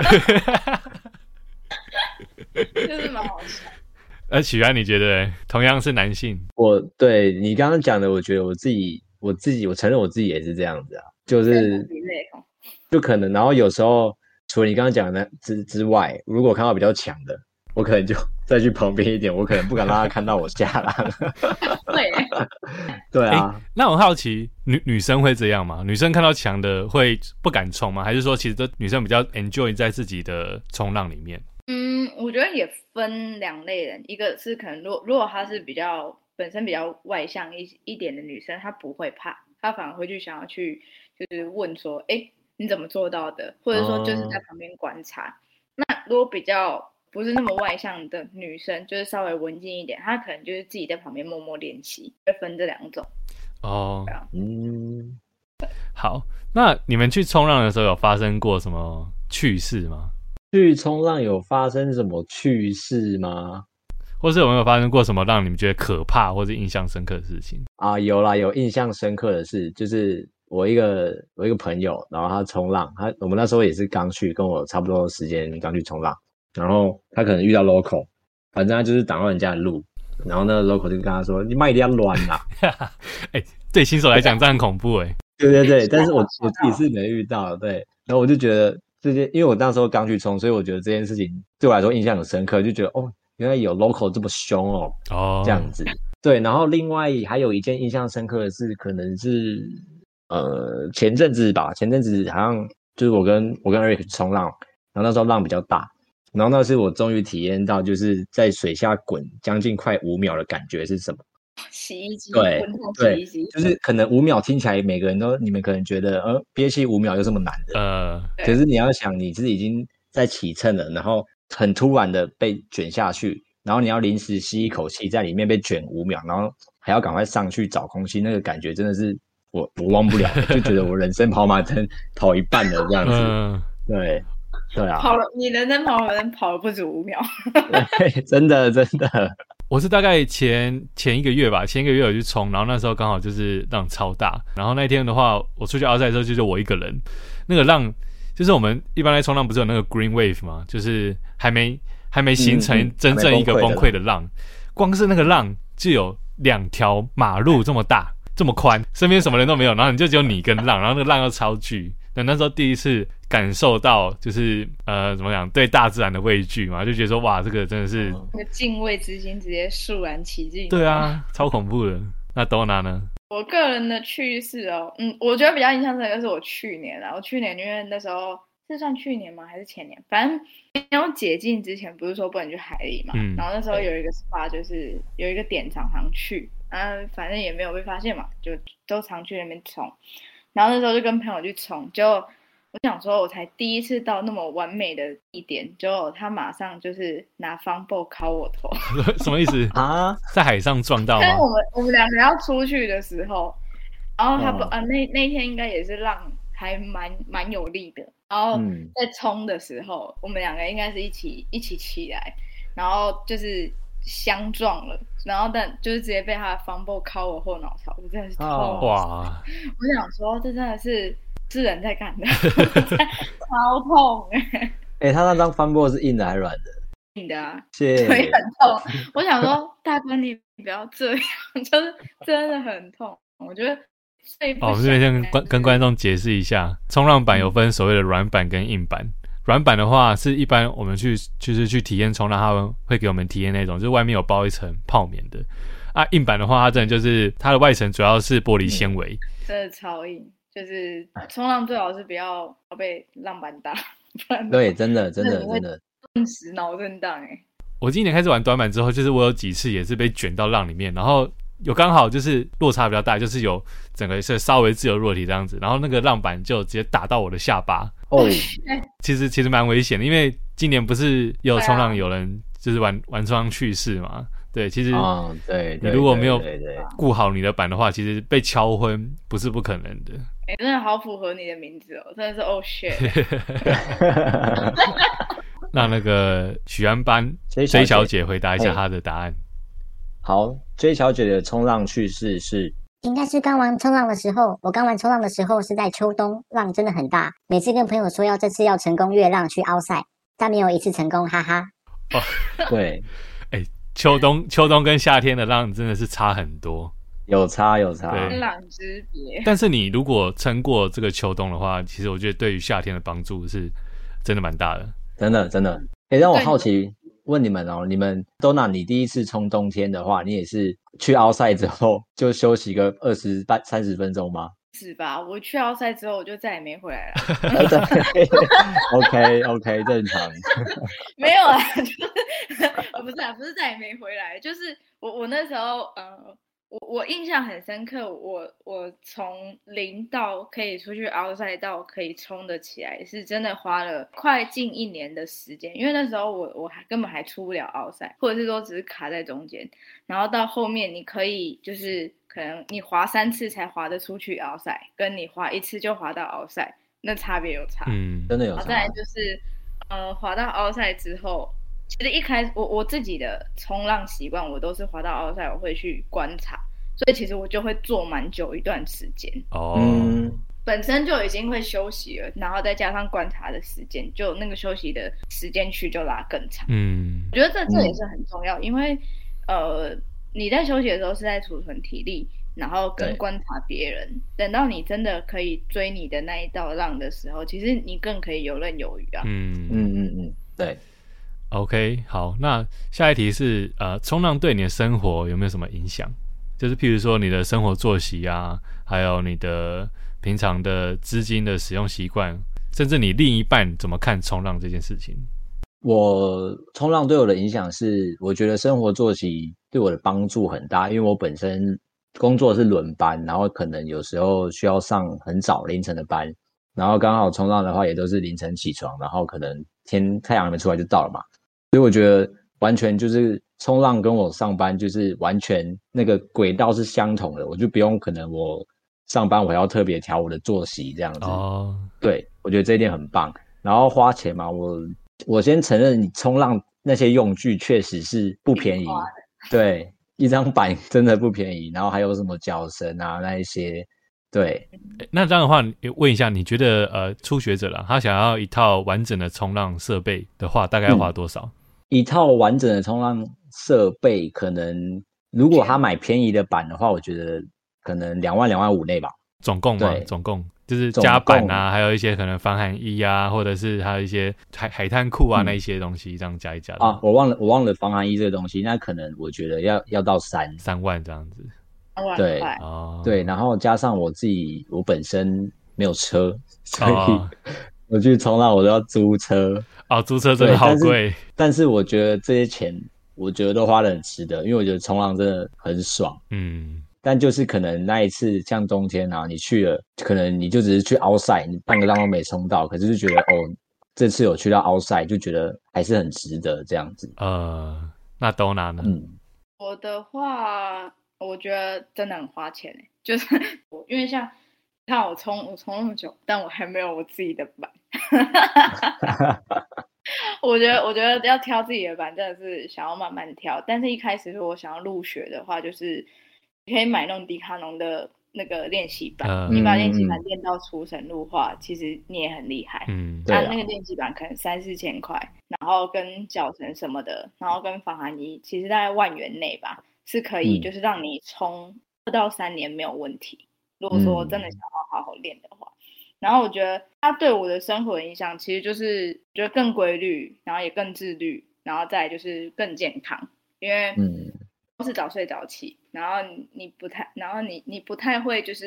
就是蛮好笑。 呃，许安，你觉得同样是男性？ 我对你刚刚讲的，我觉得我自己，我自己，我承认我自己也是这样子啊，就是就可能，然后有时候除了你刚刚讲的之之外，如果看到比较强的，我可能就再去旁边一点，我可能不敢让他看到我下浪。 对， 对啊。 那我好奇，女女生会这样吗？女生看到强的会不敢冲吗？还是说其实都女生比较 enjoy 在自己的冲浪里面？ 嗯，我觉得也分两类人，一个是可能如果如果她是比较本身比较外向一一点的女生，她不会怕，她反而会去想要去就是问说，哎，你怎么做到的？或者说就是在旁边观察。哦、那如果比较不是那么外向的女生，就是稍微文静一点，她可能就是自己在旁边默默练习，会分这两种。 哦， 嗯， 好，那你们去冲浪的时候有发生过什么趣事吗？ 去冲浪有发生什么趣事吗？ 或是有没有发生过什么让你们觉得可怕或者印象深刻的事情？ 啊，有啦，有印象深刻的事，就是我一个我一个朋友，然后他冲浪，他我们那时候也是刚去，跟我差不多时间刚去冲浪。然后他可能遇到 local， 反正他就是挡到人家的路，然后那个 local 就跟他说：“你妈一定要乱啦！” 哎，对新手来讲这很恐怖哎、欸。 对对对，但是我我自己是没遇到的，对。然后我就觉得这件，因为我那时候刚去冲，所以我觉得这件事情对我来说印象很深刻，就觉得哦，原来有 local 这么凶哦，哦这样子。对，然后另外还有一件印象深刻的是，可能是呃前阵子吧，前阵子好像就是我跟我跟 Eric 冲浪，然后那时候浪比较大。然后那是我终于体验到，就是在水下滚将近快五秒的感觉是什么？ 洗衣机， 对对， 洗衣机就是可能五秒听起来每个人都，你们可能觉得，呃，憋气五秒有这么难的？呃，可是你要想，你是已经在起乘了，然后很突然的被卷下去，然后你要临时吸一口气，在里面被卷五秒，然后还要赶快上去找空气，那个感觉真的是我我忘不了，就觉得我人生跑马灯跑一半了这样子，嗯、对。对啊， 跑了，你人生跑马灯跑了不止五秒， 对，真的真的。 我是大概前前一个月吧，前一个月有去冲，然后那时候刚好就是浪超大，然后那天的话，我出去奥赛的时候就是我一个人，那个浪就是我们一般来冲浪不是有那个 green wave 吗？就是还没还没形成真正一个崩溃的浪，嗯、光是那个浪就有两条马路这么大这么宽，身边什么人都没有，然后你就只有你跟浪，然后那个浪又超巨。那那时候第一次感受到，就是呃，怎么讲，对大自然的畏惧嘛，就觉得说，哇，这个真的是那个敬畏之心直接肃然起敬。 对啊，超恐怖的。那 Donna 呢？ 我个人的趣事哦，嗯，我觉得比较印象深刻是我去年啦，我去年因为那时候是算去年吗？还是前年？反正没有解禁之前，不是说不能去海里嘛。嗯、然后那时候有一个 S P A， 就是有一个点常常去，啊，反正也没有被发现嘛，就都常去那边冲。然后那时候就跟朋友去冲，就我想说，我才第一次到那么完美的地点，就他马上就是拿方波敲我头， 什么意思啊？在海上撞到吗？ 但我们我们两个要出去的时候，然后他不、哦、啊那那天应该也是浪还蛮蛮有力的，然后在冲的时候，嗯、我们两个应该是一起一起起来，然后就是相撞了，然后但就是直接被他的方波敲我后脑勺，我真的是痛、哦、哇！我想说，这真的是是人在干的，超痛哎、欸！ 哎、欸，他那张方波是硬的还是软的？ 硬的啊， 腿很痛。我想说，大哥你不要这样，就是真的很痛。我觉得睡不。 哦，我们这边先跟跟观众解释一下，冲浪板有分所谓的软板跟硬板。软板的话是一般我们去就是去体验冲浪，他们会给我们体验那种，就是外面有包一层泡棉的。啊，硬板的话，它真的就是它的外层主要是玻璃纤维、 嗯，真的超硬， 就是冲浪最好是不要被浪板打，不然对，真的真的真的顿时脑震荡哎。 我今年开始玩短板之后，就是我有几次也是被卷到浪里面，然后有刚好就是落差比较大，就是有整个是稍微自由落体这样子，然后那个浪板就直接打到我的下巴。 哦， 其实其实蛮危险的，因为今年不是也有冲浪有人就是玩玩冲浪去世嘛。对，其实哦，对， 你如果没有顾好你的板的话，其实被敲昏不是不可能的。 哎、欸，真的好符合你的名字哦，真的是 oh shit。 让那个许安班 J 小姐回答一下她的答案。 好 ，J 小姐的冲浪趣事是， 应该是刚玩冲浪的时候，我刚玩冲浪的时候是在秋冬，浪真的很大，每次跟朋友说要这次要成功越浪去凹赛，但没有一次成功，哈哈。 哦，对， 哎、欸，秋冬秋冬跟夏天的浪真的是差很多， 有差有差， 天壤之别。 但是你如果撑过这个秋冬的话，其实我觉得对于夏天的帮助是真的蛮大的， 真的真的。哎、欸，让我好奇问你们哦，你们Donna，你第一次冲冬天的话，你也是去凹赛之后就休息个二十半三十分钟吗？ 是吧？我去奥赛之后，我就再也没回来了。 OK OK， 正常。 没有啊，就是不是啊，不是再也没回来，就是我我那时候呃，我我印象很深刻，我我从零到可以出去奥赛到可以冲得起来，是真的花了快近一年的时间，因为那时候我我还根本还出不了奥赛，或者是说只是卡在中间，然后到后面你可以就是可能你滑三次才滑得出去奥赛，跟你滑一次就滑到奥赛，那差别有差， 嗯， 真的有差。 再来就是呃滑到奥赛之后。其实一开始我我自己的冲浪习惯，我都是滑到奥赛我会去观察，所以其实我就会坐蛮久一段时间。 哦、 嗯， 本身就已经会休息了，然后再加上观察的时间，就那个休息的时间区就拉更长。 嗯， 我觉得这这也是很重要，因为呃你在休息的时候是在储存体力，然后跟观察别人。等到你真的可以追你的那一道浪的时候，其实你更可以游刃有余啊。 嗯嗯嗯嗯，对。 OK， 好，那下一题是呃，冲浪对你的生活有没有什么影响？就是譬如说你的生活作息啊，还有你的平常的资金的使用习惯，甚至你另一半怎么看冲浪这件事情？ 我冲浪对我的影响是，我觉得生活作息对我的帮助很大，因为我本身工作是轮班，然后可能有时候需要上很早凌晨的班，然后刚好冲浪的话也都是凌晨起床，然后可能天太阳还没出来就到了嘛。所以我觉得完全就是冲浪跟我上班就是完全那个轨道是相同的，我就不用可能我上班我要特别调我的作息这样子。 哦， 对，我觉得这一点很棒。然后花钱嘛，我我先承认你冲浪那些用具确实是不便宜，对，一张板真的不便宜，然后还有什么脚绳啊那一些。对， 那这样的话，问一下，你觉得呃，初学者啦，他想要一套完整的冲浪设备的话，大概要花多少？ 嗯，一套完整的冲浪设备，可能如果他买便宜的板的话，我觉得可能两万两万五内吧。 总共嘛，总共就是加板啊，还有一些可能防寒衣啊，或者是还有一些海海滩裤啊、嗯、那一些东西，这样加一加啊，我忘了我忘了防寒衣这个东西，那可能我觉得要要到三三万这样子。 对、哦、对，然后加上我自己，我本身没有车，所以我去冲浪我都要租车。 哦，租车真的好贵。 但是我觉得这些钱，我觉得都花得很值得，因为我觉得冲浪真的很爽。 嗯。 但就是可能那一次像冬天啊，你去了，可能你就只是去凹赛，你半个浪都没冲到，可是就觉得哦，这次有去到凹赛，就觉得还是很值得这样子。 呃，那Donna呢？ 嗯， 我的话。我觉得真的很花钱欸，就是我因为像看我冲我冲那么久，但我还没有我自己的板。我觉得我觉得要挑自己的板真的是想要慢慢挑，但是一开始如果我想要入学的话，就是你可以买那种迪卡侬的那个练习板，呃、你把练习板练到出神入化，其实你也很厉害。 嗯， 那那个练习板可能三四千块，然后跟脚绳什么的，然后跟防寒衣，其实大概万元内吧。是可以就是让你冲二到三年没有问题，如果说真的想要好好练的话、嗯、然后我觉得它对我的生活影响其实就是觉得更规律，然后也更自律，然后再来就是更健康，因为都是早睡早起，然后你不太然后你你不太会就是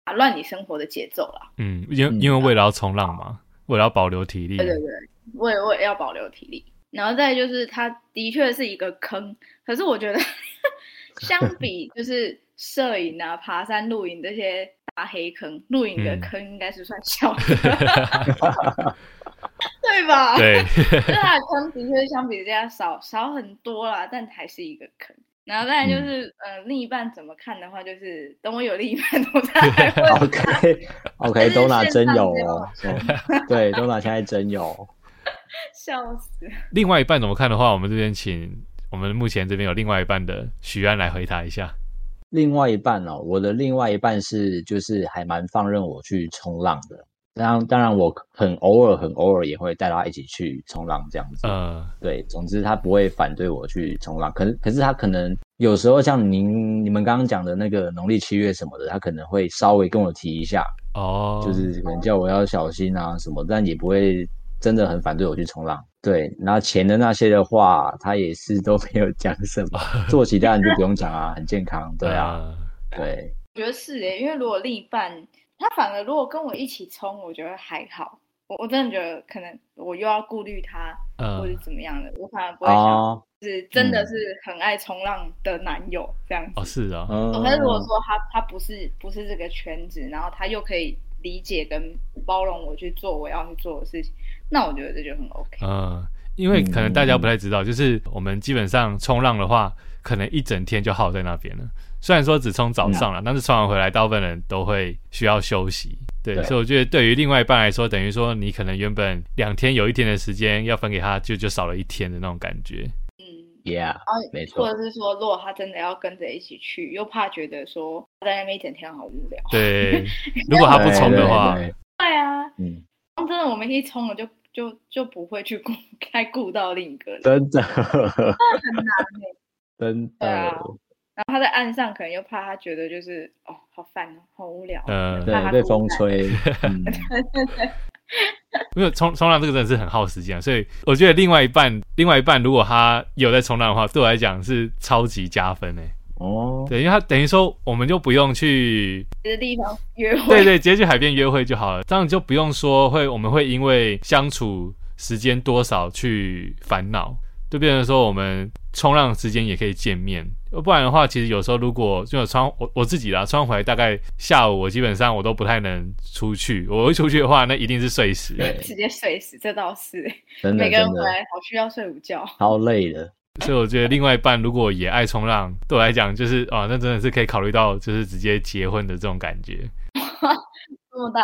打乱你生活的节奏啦。 嗯，因为因为为了要冲浪嘛，为了要保留体力。 对对对，为为了要保留体力。然后再就是它的确是一个坑，可是我觉得相比就是摄影啊、爬山、露营这些大黑坑，露营的坑应该是算小的。嗯对吧？ 对， 就它的坑的确相比之下少少很多啦，但还是一个坑。然后再来就是，嗯、呃，另一半怎么看的话，就是等我有另一半，我再来问。 OK OK， 都拿真有哦，对，都拿现在真有， 笑死。 另外一半怎么看的话，我们这边请我们目前这边有另外一半的许安来回答一下。 另外一半哦，我的另外一半是就是还蛮放任我去冲浪的。当然，当然，我很偶尔、很偶尔也会带他一起去冲浪这样子。 呃， 对，总之他不会反对我去冲浪，可是可是他可能有时候像您你们刚刚讲的那个农历七月什么的，他可能会稍微跟我提一下， 哦， 就是可能叫我要小心啊什么，但也不会真的很反对我去冲浪。对，然后钱的那些的话，他也是都没有讲什么。作息当然就不用讲啊，很健康。对啊，呃、对， 我觉得是耶，因为如果另一半。他反而如果跟我一起冲，我觉得还好。我我真的觉得可能我又要顾虑他，嗯、或者怎么样的，我反而不会想，哦、是真的是很爱冲浪的男友这样子。 哦，是啊。 可是如果说他他不是不是这个圈子，然后他又可以理解跟包容我去做我要去做的事情，那我觉得这就很 OK。 嗯，因为可能大家不太知道，就是我们基本上冲浪的话，可能一整天就耗在那边了。虽然说只冲早上了，但是冲完回来，大部分人都会需要休息。对，对所以我觉得对于另外一半来说，等于说你可能原本两天有一天的时间要分给他，就就少了一天的那种感觉。 嗯 ，Yeah， 没错。 或者是说，如果他真的要跟着一起去，又怕觉得说他在那边一整天好无聊。 对，如果他不冲的话， 对, 对, 对啊，嗯，真的我们一冲了就就就不会去顾该顾到另一个人， 真的很难欸真的。 对啊。然后他在岸上可能又怕他觉得就是哦好烦哦好无聊， 嗯， 对，被风吹，嗯， 因为冲冲浪这个真的是很耗时间，所以我觉得另外一半另外一半如果他有在冲浪的话，对我来讲是超级加分诶。 哦， 对，因为他等于说我们就不用去别的地方约会， 对对，直接去海边约会就好了，这样就不用说会我们会因为相处时间多少去烦恼。就变成说我们冲浪时间也可以见面，不然的话其实有时候如果就冲 我, 我自己啦，冲回来大概下午我基本上我都不太能出去，我一出去的话那一定是睡死， 直接睡死，这倒是真的， 每个人回来好需要睡午觉， 超累的。 所以我觉得另外一半如果也爱冲浪，对我来讲就是啊，那真的是可以考虑到就是直接结婚的这种感觉。 这么大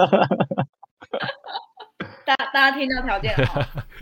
大, 大家听到条件好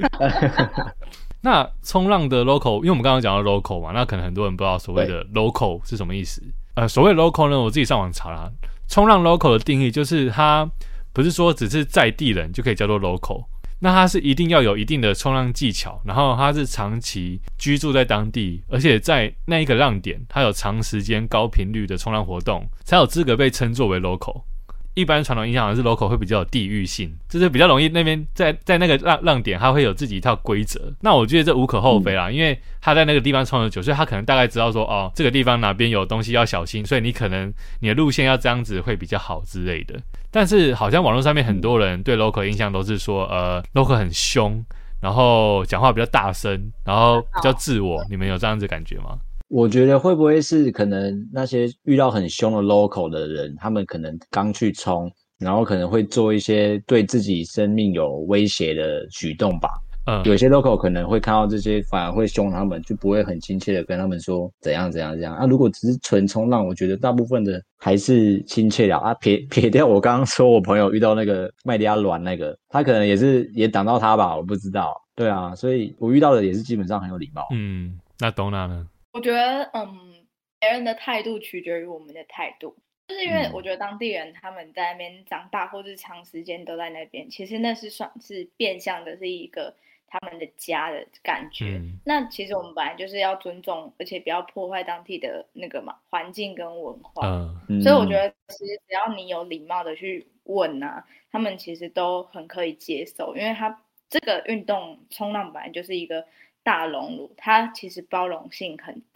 那冲浪的 local， 因为我们刚刚讲到 local 嘛，那可能很多人不知道所谓的 local 是什么意思。呃，所谓 local 呢，我自己上网查啦，冲浪 local 的定义就是它不是说只是在地人就可以叫做 local， 那它是一定要有一定的冲浪技巧，然后它是长期居住在当地，而且在那一个浪点它有长时间高频率的冲浪活动，才有资格被称作为 local。一般传统印象是 local 会比较有地域性，就是比较容易那边在在那个浪浪点，它会有自己一套规则。那我觉得这无可厚非啦，嗯、因为他在那个地方冲了久，所以他可能大概知道说，哦，这个地方哪边有东西要小心，所以你可能你的路线要这样子会比较好之类的。但是好像网络上面很多人对 local 的印象都是说，呃 ，local 很凶，然后讲话比较大声，然后比较自我。你们有这样子感觉吗？ 我觉得会不会是可能那些遇到很凶的 local 的人，他们可能刚去冲，然后可能会做一些对自己生命有威胁的举动吧。嗯，有些 local 可能会看到这些反而会凶他们，就不会很亲切的跟他们说怎样怎样怎样啊。如果只是纯冲浪，我觉得大部分的还是亲切的啊。撇撇掉我刚刚说我朋友遇到那个麦迪亚卵那个，他可能也是也挡到他吧，我不知道。对啊，所以我遇到的也是基本上很有礼貌。 嗯，那Donna呢？ 我觉得，嗯，别人的态度取决于我们的态度，就是因为我觉得当地人他们在那边长大，或是长时间都在那边，其实那是算是变相的是一个他们的家的感觉。嗯、那其实我们本来就是要尊重，而且不要破坏当地的那个嘛环境跟文化。嗯、所以我觉得，其实只要你有礼貌的去问啊，他们其实都很可以接受，因为他这个运动冲浪本来就是一个大熔炉，它其实包容性很大，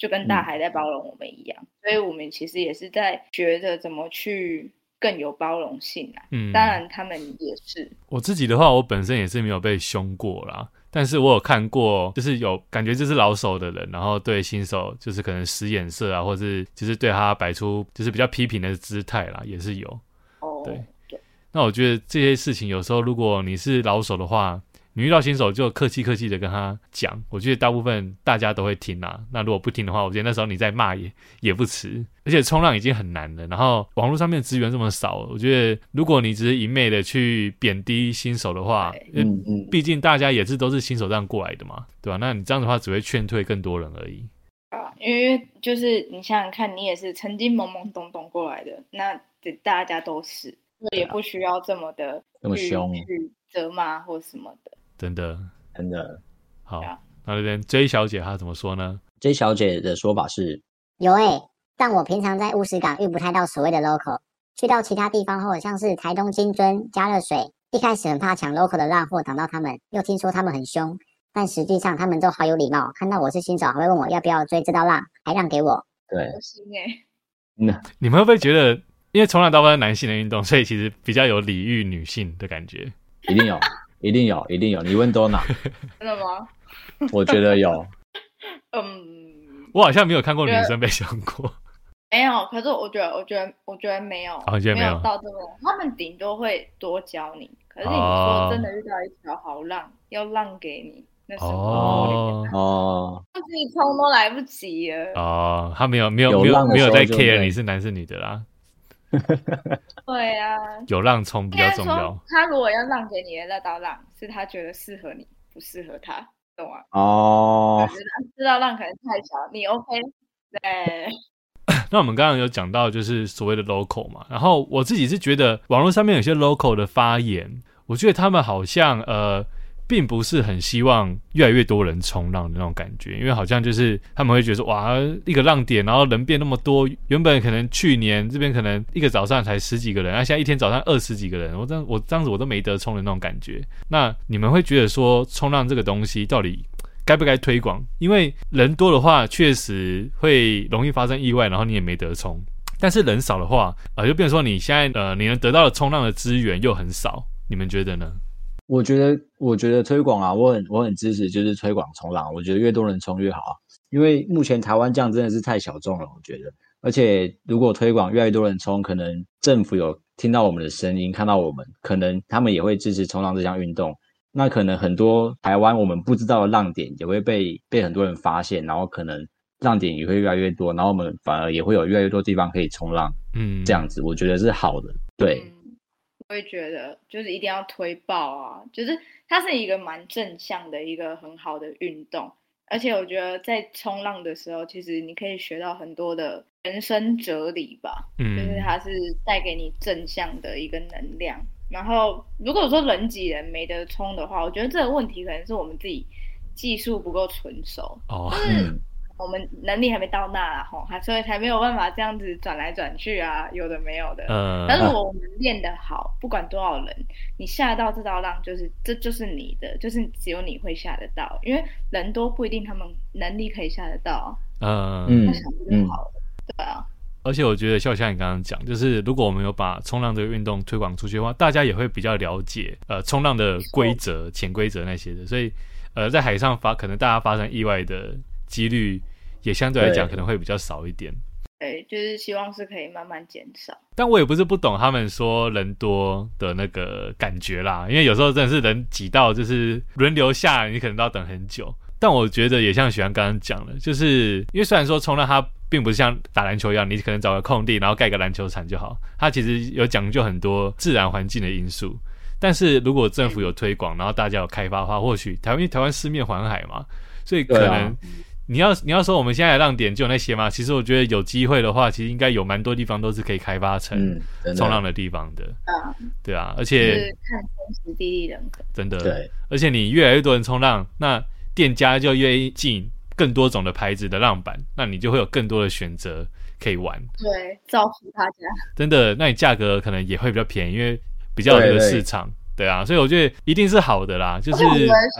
就跟大海在包容我们一样、嗯、所以我们其实也是在学着怎么去更有包容性啦。嗯，当然他们也是。 我自己的话，我本身也是没有被凶过啦，但是我有看过，就是有感觉就是老手的人，然后对新手就是可能使眼色啊，或是就是对他摆出就是比较批评的姿态啦，也是有。 哦， 对。那我觉得这些事情有时候如果你是老手的话，你遇到新手就客气客气的跟他讲，我觉得大部分大家都会听啦。那如果不听的话，我觉得那时候你再骂也也不迟。而且冲浪已经很难了，然后网络上面的资源这么少，我觉得如果你只是一昧的去贬低新手的话，嗯嗯，毕竟大家也是都是新手这样过来的嘛，对吧？那你这样的话只会劝退更多人而已。 啊，因为就是你想想看，你也是曾经懵懵懂懂过来的，那大家都是。也不需要这么的那么凶去责骂或什么的， 真的真的好。那这边 J 小姐她怎么说呢？ J 小姐的说法是有诶、欸，但我平常在乌石港遇不太到所谓的 local， 去到其他地方后，像是台东金樽、嘉乐水，一开始很怕抢 local 的浪或挡到他们，又听说他们很凶，但实际上他们都好有礼貌，看到我是新手还会问我要不要追这道浪，还让给我。 对， 嗯， 你们会不会觉得因为冲浪大部分是男性的运动，所以其实比较有礼遇女性的感觉？ 一定有，一定有，一定有。你问多哪？ 真的吗？ 我觉得有。 嗯， 我好像没有看过女生被凶过。 没有，可是我觉得，我觉得，我觉得没有， 哦、觉得没有没有到这种，他们顶多会多教你。可是你说真的遇到一条好浪，哦、要让给你，那是哦哦， 自己冲都来不及了。 哦，他没有没有没有没有在 care 你是男是女的啦。 对啊， 有浪冲比较重要。 他如果要让给你的那道浪，是他觉得适合你，不适合他，懂吗？ 哦， 这道浪可能太小，你 OK？ 对。 那我们刚刚有讲到就是所谓的 local 嘛，然后我自己是觉得网络上面有些 local 的发言，我觉得他们好像呃并不是很希望越来越多人冲浪的那种感觉，因为好像就是他们会觉得说哇一个浪点然后人变那么多，原本可能去年这边可能一个早上才十几个人，那现在一天早上二十几个人，我这样我这样子我都没得冲的那种感觉。那你们会觉得说冲浪这个东西到底该不该推广？因为人多的话确实会容易发生意外，然后你也没得冲，但是人少的话呃，就变成说你现在呃你能得到的冲浪的资源又很少，你们觉得呢？ 我觉得，我觉得推广啊，我很我很支持，就是推广冲浪。我觉得越多人冲越好啊，因为目前台湾这样真的是太小众了，我觉得。而且如果推广越来越多人冲，可能政府有听到我们的声音，看到我们，可能他们也会支持冲浪这项运动。那可能很多台湾我们不知道的浪点也会被被很多人发现，然后可能浪点也会越来越多，然后我们反而也会有越来越多地方可以冲浪。嗯，这样子我觉得是好的，对。 我会觉得就是一定要推爆啊，就是它是一个蛮正向的一个很好的运动，而且我觉得在冲浪的时候其实你可以学到很多的人生哲理吧，嗯，就是它是带给你正向的一个能量。然后如果说人挤人没得冲的话，我觉得这个问题可能是我们自己技术不够纯熟，哦，就是我们能力还没到那啦吼，所以才没有办法这样子转来转去啊，有的没有的。嗯，但是我们练得好，不管多少人，你下到这道浪就是这就是你的，就是只有你会下得到，因为人多不一定他们能力可以下得到。嗯嗯，他想就好了，对啊。 而且我觉得就像你刚刚讲，就是如果我们有把冲浪这个运动推广出去的话，大家也会比较了解呃冲浪的规则、潜规则那些的，所以呃在海上发可能大家发生意外的几率也相对来讲可能会比较少一点。 对，就是希望是可以慢慢减少。 但我也不是不懂他们说人多的那个感觉啦，因为有时候真的是人挤到就是轮流下，你可能都要等很久。但我觉得也像许安刚刚讲的，就是因为虽然说冲浪它并不是像打篮球一样，你可能找个空地然后盖个篮球场就好，它其实有讲究很多自然环境的因素。但是如果政府有推广，然后大家有开发的话，或许台湾因为台湾四面环海嘛，所以可能你要你要说我们现在的浪点就有那些吗？其实我觉得有机会的话，其实应该有蛮多地方都是可以开发成冲浪的地方的。嗯、对啊，而且就是看天时地利人和， 真的。对，而且你越来越多人冲浪，那店家就愿意进更多种的牌子的浪板，那你就会有更多的选择可以玩。 对，造福大家。 真的，那你价格可能也会比较便宜，因为比较有这个市场。对, 对, 对啊，所以我觉得一定是好的啦。就是我觉得像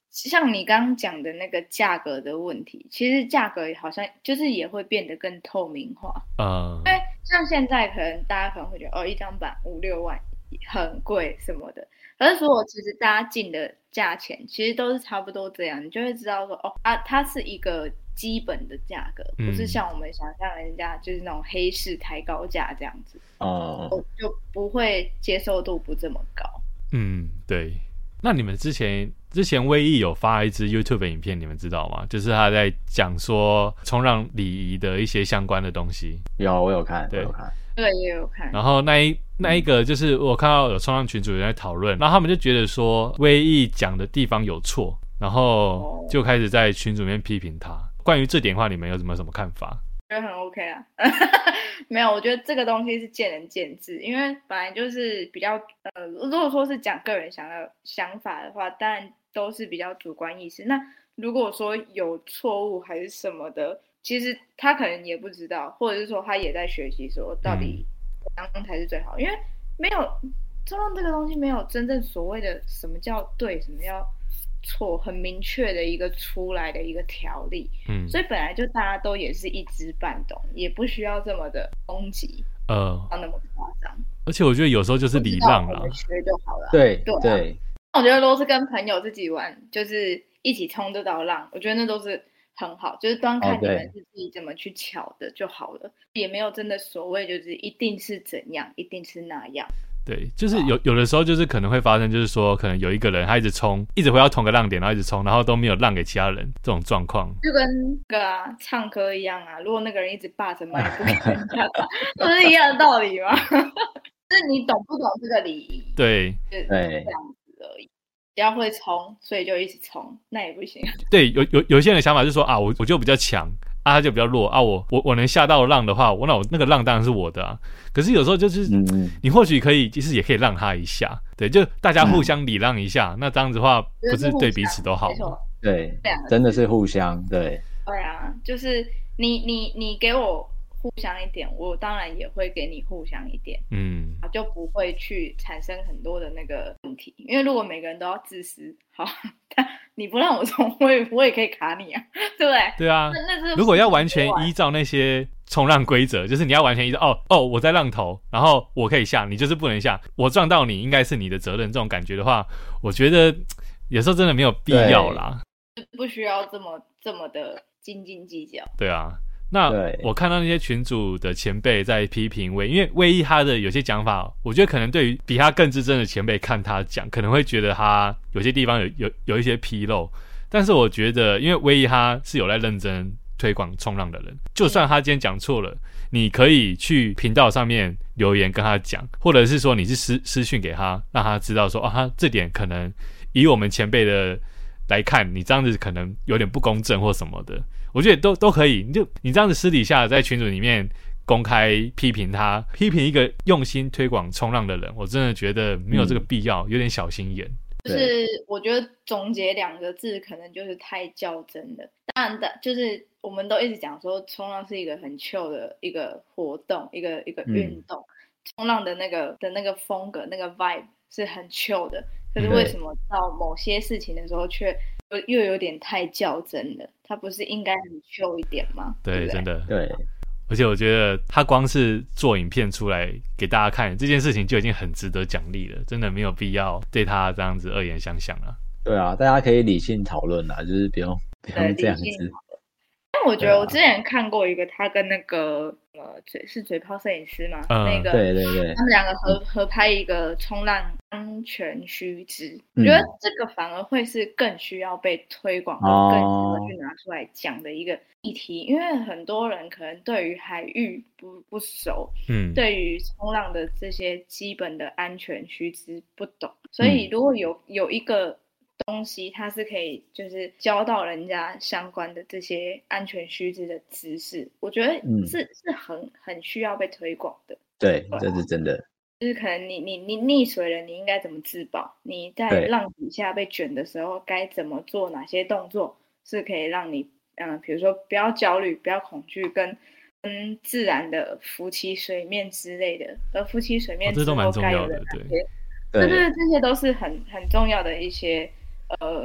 像你刚刚讲的那个价格的问题，其实价格好像就是也会变得更透明化。 呃， 因为像现在可能大家可能会觉得哦，一张板五六万很贵什么的，可是如果其实大家进的价钱其实都是差不多这样，你就会知道说哦，它它是一个基本的价格，不是像我们想象人家就是那种黑市抬高价这样子， 哦、 嗯，就不会接受度不这么高。 嗯，对。那你们之前之前威毅有发一支 YouTube 影片，你们知道吗？就是他在讲说冲浪礼仪的一些相关的东西。 有，我有看， 对， 我有看， 对，也有看。 然后那一那一个就是我看到有冲浪群组有人在讨论，然后他们就觉得说威毅讲的地方有错，然后就开始在群组里面批评他。关于这点的话，你们有什么什么看法？ 我觉得很 OK 啊。没有，我觉得这个东西是见仁见智，因为本来就是比较呃，如果说是讲个人想要想法的话，当然都是比较主观意识。那如果说有错误还是什么的，其实他可能也不知道，或者是说他也在学习，说到底怎样才是最好。因为没有冲浪这个东西，没有真正所谓的什么叫对，什么叫错，很明确的一个出来的一个条例，嗯，所以本来就大家都也是一知半懂，也不需要这么的攻击，呃，要那么夸张。 而且我觉得有时候就是礼让啦， 学就好了。 对对、啊、 对， 我觉得如果是跟朋友自己玩，就是一起冲这道浪，我觉得那都是很好，就是端看你们是自己怎么去巧的就好了，哦、也没有真的所谓就是一定是怎样，一定是那样。 对，就是有有的时候就是可能会发生，就是说可能有一个人他一直冲，一直回到同个浪点，然后一直冲，然后都没有让给其他人，这种状况就跟那个、啊、唱歌一样啊。如果那个人一直霸着麦不给人家打，不是一样的道理吗？就是你懂不懂这个礼仪？ 对， 就是这样子而已。只要会冲，所以就一直冲，那也不行。 对，有有有些人的想法就是说啊，我我就比较强。啊，他就比较弱啊，我我我能下到浪的话，我那我那个浪当然是我的啊。可是有时候就是，嗯、你或许可以，其实也可以让他一下，对，就大家互相礼让一下，嗯、那这样子的话，不是对彼此都好吗？ 对，真的是互相，对。 对啊，就是你你你给我互相一点，我当然也会给你互相一点，嗯，就不会去产生很多的那个问题。因为如果每个人都要自私，好，你不让我冲，我也我也可以卡你啊，对不对？ 对啊，那那是如果要完全依照那些冲浪规则，就是你要完全依照哦哦，我在浪头，然后我可以下，你就是不能下，我撞到你应该是你的责任，这种感觉的话，我觉得有时候真的没有必要啦， 不需要这么这么的斤斤计较。 对啊。那我看到那些群组的前辈在批评威，因为威毅他的有些讲法，我觉得可能对于比他更资深的前辈看他讲，可能会觉得他有些地方有有有一些纰漏。但是我觉得，因为威毅他是有在认真推广冲浪的人，就算他今天讲错了，你可以去频道上面留言跟他讲，或者是说你是私私讯给他，让他知道说啊，他这点可能以我们前辈的来看，你这样子可能有点不公正或什么的。我觉得都都可以，你就你这样子私底下在群组里面公开批评他，批评一个用心推广冲浪的人，我真的觉得没有这个必要，嗯、有点小心眼。 就是我觉得总结两个字，可能就是太较真了。当然的，就是我们都一直讲说，冲浪是一个很 chill 的一个活动，一个一个运动。冲、嗯、浪的那个的那个风格，那个 vibe 是很 chill 的。可是为什么到某些事情的时候却又有点太较真了？他不是应该很 chill 一点吗？ 对, 对，真的对。 而且我觉得他光是做影片出来给大家看这件事情就已经很值得奖励了，真的没有必要对他这样子恶言相向了。 对啊，大家可以理性讨论啦，就是不用不用这样子。 但我觉得我之前看过一个，他跟那个呃嘴是嘴炮摄影师嘛、嗯，那个对对对， 他们两个合合拍一个冲浪安全须知、嗯，我觉得这个反而会是更需要被推广、哦、更值得去拿出来讲的一个议题，因为很多人可能对于海域不不熟，嗯，对于冲浪的这些基本的安全须知不懂，所以如果有有一个东西它是可以就是教到人家相关的这些安全须知的知识，我觉得是、嗯、是很很需要被推广的。 对，这是真的。 就是可能你你你溺水了，你应该怎么自保？你在浪底下被卷的时候该怎么做？哪些动作是可以让你嗯，比如说不要焦虑，不要恐惧，跟跟自然的浮起水面之类的。而浮起水面之后该有的那些，对对对，这些都是很很重要的一些。呃，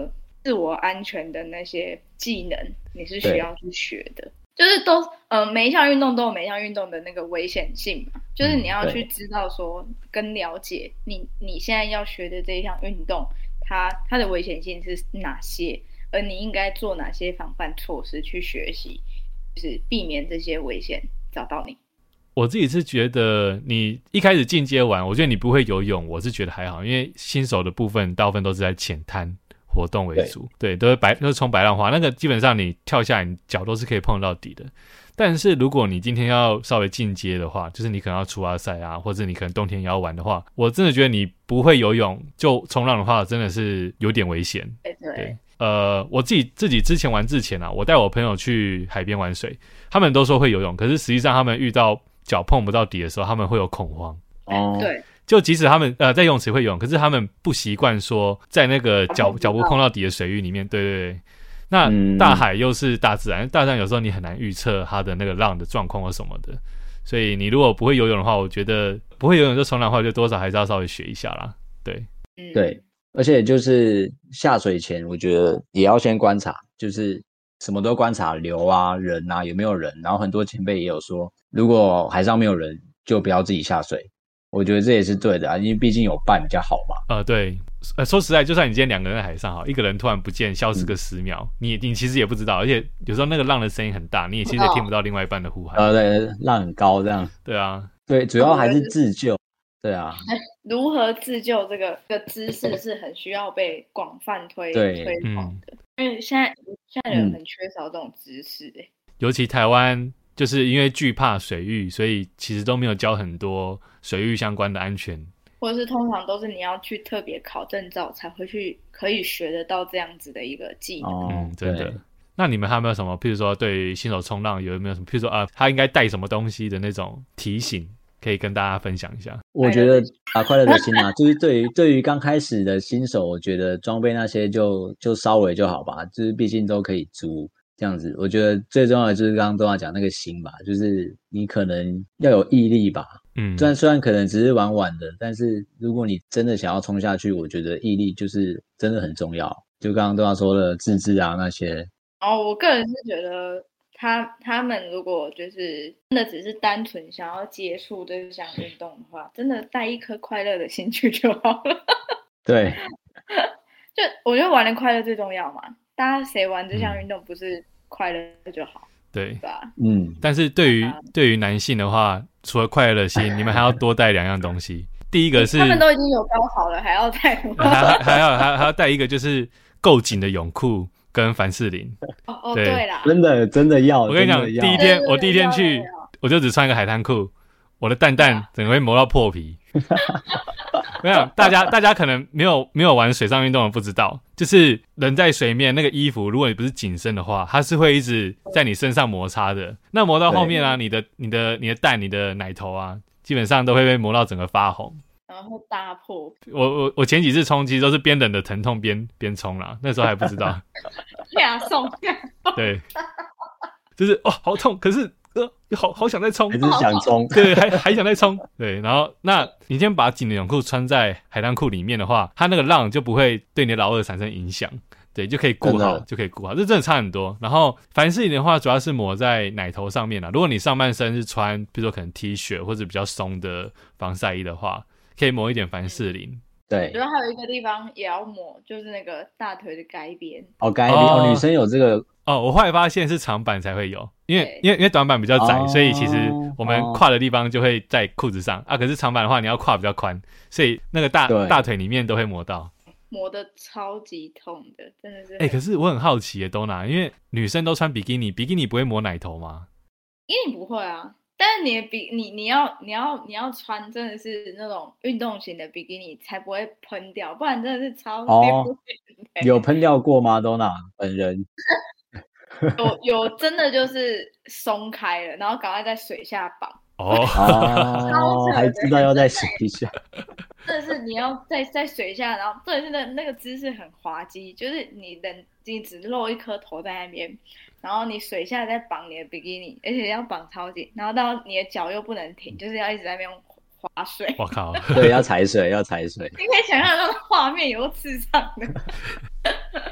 自我安全的那些技能，你是需要去学的。就是都呃每一项运动都有每一项运动的那个危险性嘛，就是你要去知道说跟了解你你现在要学的这一项运动，它它的危险性是哪些，而你应该做哪些防范措施去学习，就是避免这些危险找到你。 我自己是觉得你一开始进阶完，我觉得你不会游泳，我是觉得还好，因为新手的部分大部分都是在浅滩活动为主， 对, 对，都是白，都是冲白浪花，那个基本上你跳下来，你脚都是可以碰到底的。但是如果你今天要稍微进阶的话，就是你可能要出阿赛啊，或者你可能冬天也要玩的话，我真的觉得你不会游泳就冲浪的话，真的是有点危险。 对对。 对，呃，我自己自己之前玩之前啊，我带我朋友去海边玩水，他们都说会游泳，可是实际上他们遇到脚碰不到底的时候，他们会有恐慌。 哦， 对。 就即使他们呃在泳池会游泳，可是他们不习惯说在那个脚脚部碰到底的水域里面，对对对。那大海又是大自然，大自然有时候你很难预测它的那个浪的状况或什么的，所以你如果不会游泳的话，我觉得不会游泳就冲浪的话，就多少还是要稍微学一下啦。对， 对，而且就是下水前，我觉得也要先观察，就是什么都观察，流啊、人啊，有没有人。然后很多前辈也有说，如果海上没有人，就不要自己下水。我觉得这也是对的啊，因为毕竟有伴比较好嘛。 呃，对，呃，说实在，就算你今天两个人在海上好，一个人突然不见，消失个十秒，嗯、你你其实也不知道，而且有时候那个浪的声音很大，你也其实也听不到另外一半的呼喊。 呃，对，浪很高这样。 对啊， 对，主要还是自救。对啊， 如何自救这个这个知识是很需要被广泛推推广的，嗯、因为现在现在人很缺少这种知识、欸、 尤其台湾。就是因为惧怕水域，所以其实都没有教很多水域相关的安全， 或者是通常都是你要去特别考证照才会去可以学得到这样子的一个技能。 哦、 嗯，真的。那你们还有没有什么，譬如说对于新手冲浪有没有什么，譬如说啊，他应该带什么东西的那种提醒，可以跟大家分享一下？ 我觉得啊，快乐的心啊，就是对于对于刚开始的新手，我觉得装备那些就就稍微就好吧，就是毕竟都可以租。这样子，我觉得最重要的就是刚刚都要讲那个心吧，就是你可能要有毅力吧。嗯，虽然虽然可能只是玩玩的，但是如果你真的想要冲下去，我觉得毅力就是真的很重要。就刚刚都要说的自制啊那些。 哦，我个人是觉得他他们如果就是真的只是单纯想要接触这项运动的话，真的带一颗快乐的心去就好了。 对， 就我觉得玩的快乐最重要嘛。大家谁玩这项运动不是快乐就好？ 对吧？ 嗯， 但是对于对于男性的话，除了快乐的心，你们还要多带两样东西。第一个是他们都已经有高考了，还要带什么？ 还还要还还要带一个就是够紧的泳裤跟凡士林。 哦哦，对啦， 真的真的要。 我跟你讲，第一天我第一天去，我就只穿一个海滩裤，我的蛋蛋整个会磨到破皮。我想大家大家可能没有没有玩水上运动的不知道，就是人在水面那个衣服，如果你不是紧身的话，它是会一直在你身上摩擦的。那磨到后面啊，你的你的你的蛋、你的奶头啊，基本上都会被磨到整个发红， 然后大破。 我我我前几次冲其实都是边忍的疼痛边边冲啦，那时候还不知道。 呀送对，就是哦好痛，可是。呃，好好想再冲， 还是想冲， 对，还还想再冲，对。然后，那你先把紧的泳裤穿在海滩裤里面的话，它那个浪就不会对你的老二产生影响，对，就可以顾好，就可以顾好，这真的差很多。然后凡士林的话，主要是抹在奶头上面啦。如果你上半身是穿，比如说可能 T 恤或者比较松的防晒衣的话，可以抹一点凡士林。 对， 然后还有一个地方也要抹，就是那个大腿的该边。 哦，该边、哦哦，女生有这个哦。我后来发现是长版才会有，因为因为因为短版比较窄、哦，所以其实我们胯的地方就会在裤子上、哦、啊。可是长版的话，你要胯比较宽，所以那个大大腿里面都会磨到， 磨得超级痛的，真的是。 哎、欸，可是我很好奇耶，都拿，因为女生都穿比基尼，比基尼不会磨奶头吗？ 比基尼不会啊。但是你的比你你要你要你要穿真的是那种运动型的比基尼才不会喷掉，不然真的是超丢脸的。 有喷掉过吗？都拿本人有有真的就是松开了，然后赶快在水下绑。 哦， 还知道要在水下。 真的是你要在在水下，然后对，那个那个姿势很滑稽，就是你的你只露一颗头在那边。然后你水下再绑你的比基尼，而且要绑超紧，然后到你的脚又不能停，就是要一直在那边划水。 我靠！ 对，要踩水，要踩水。 你可以想象那种画面有刺伤的。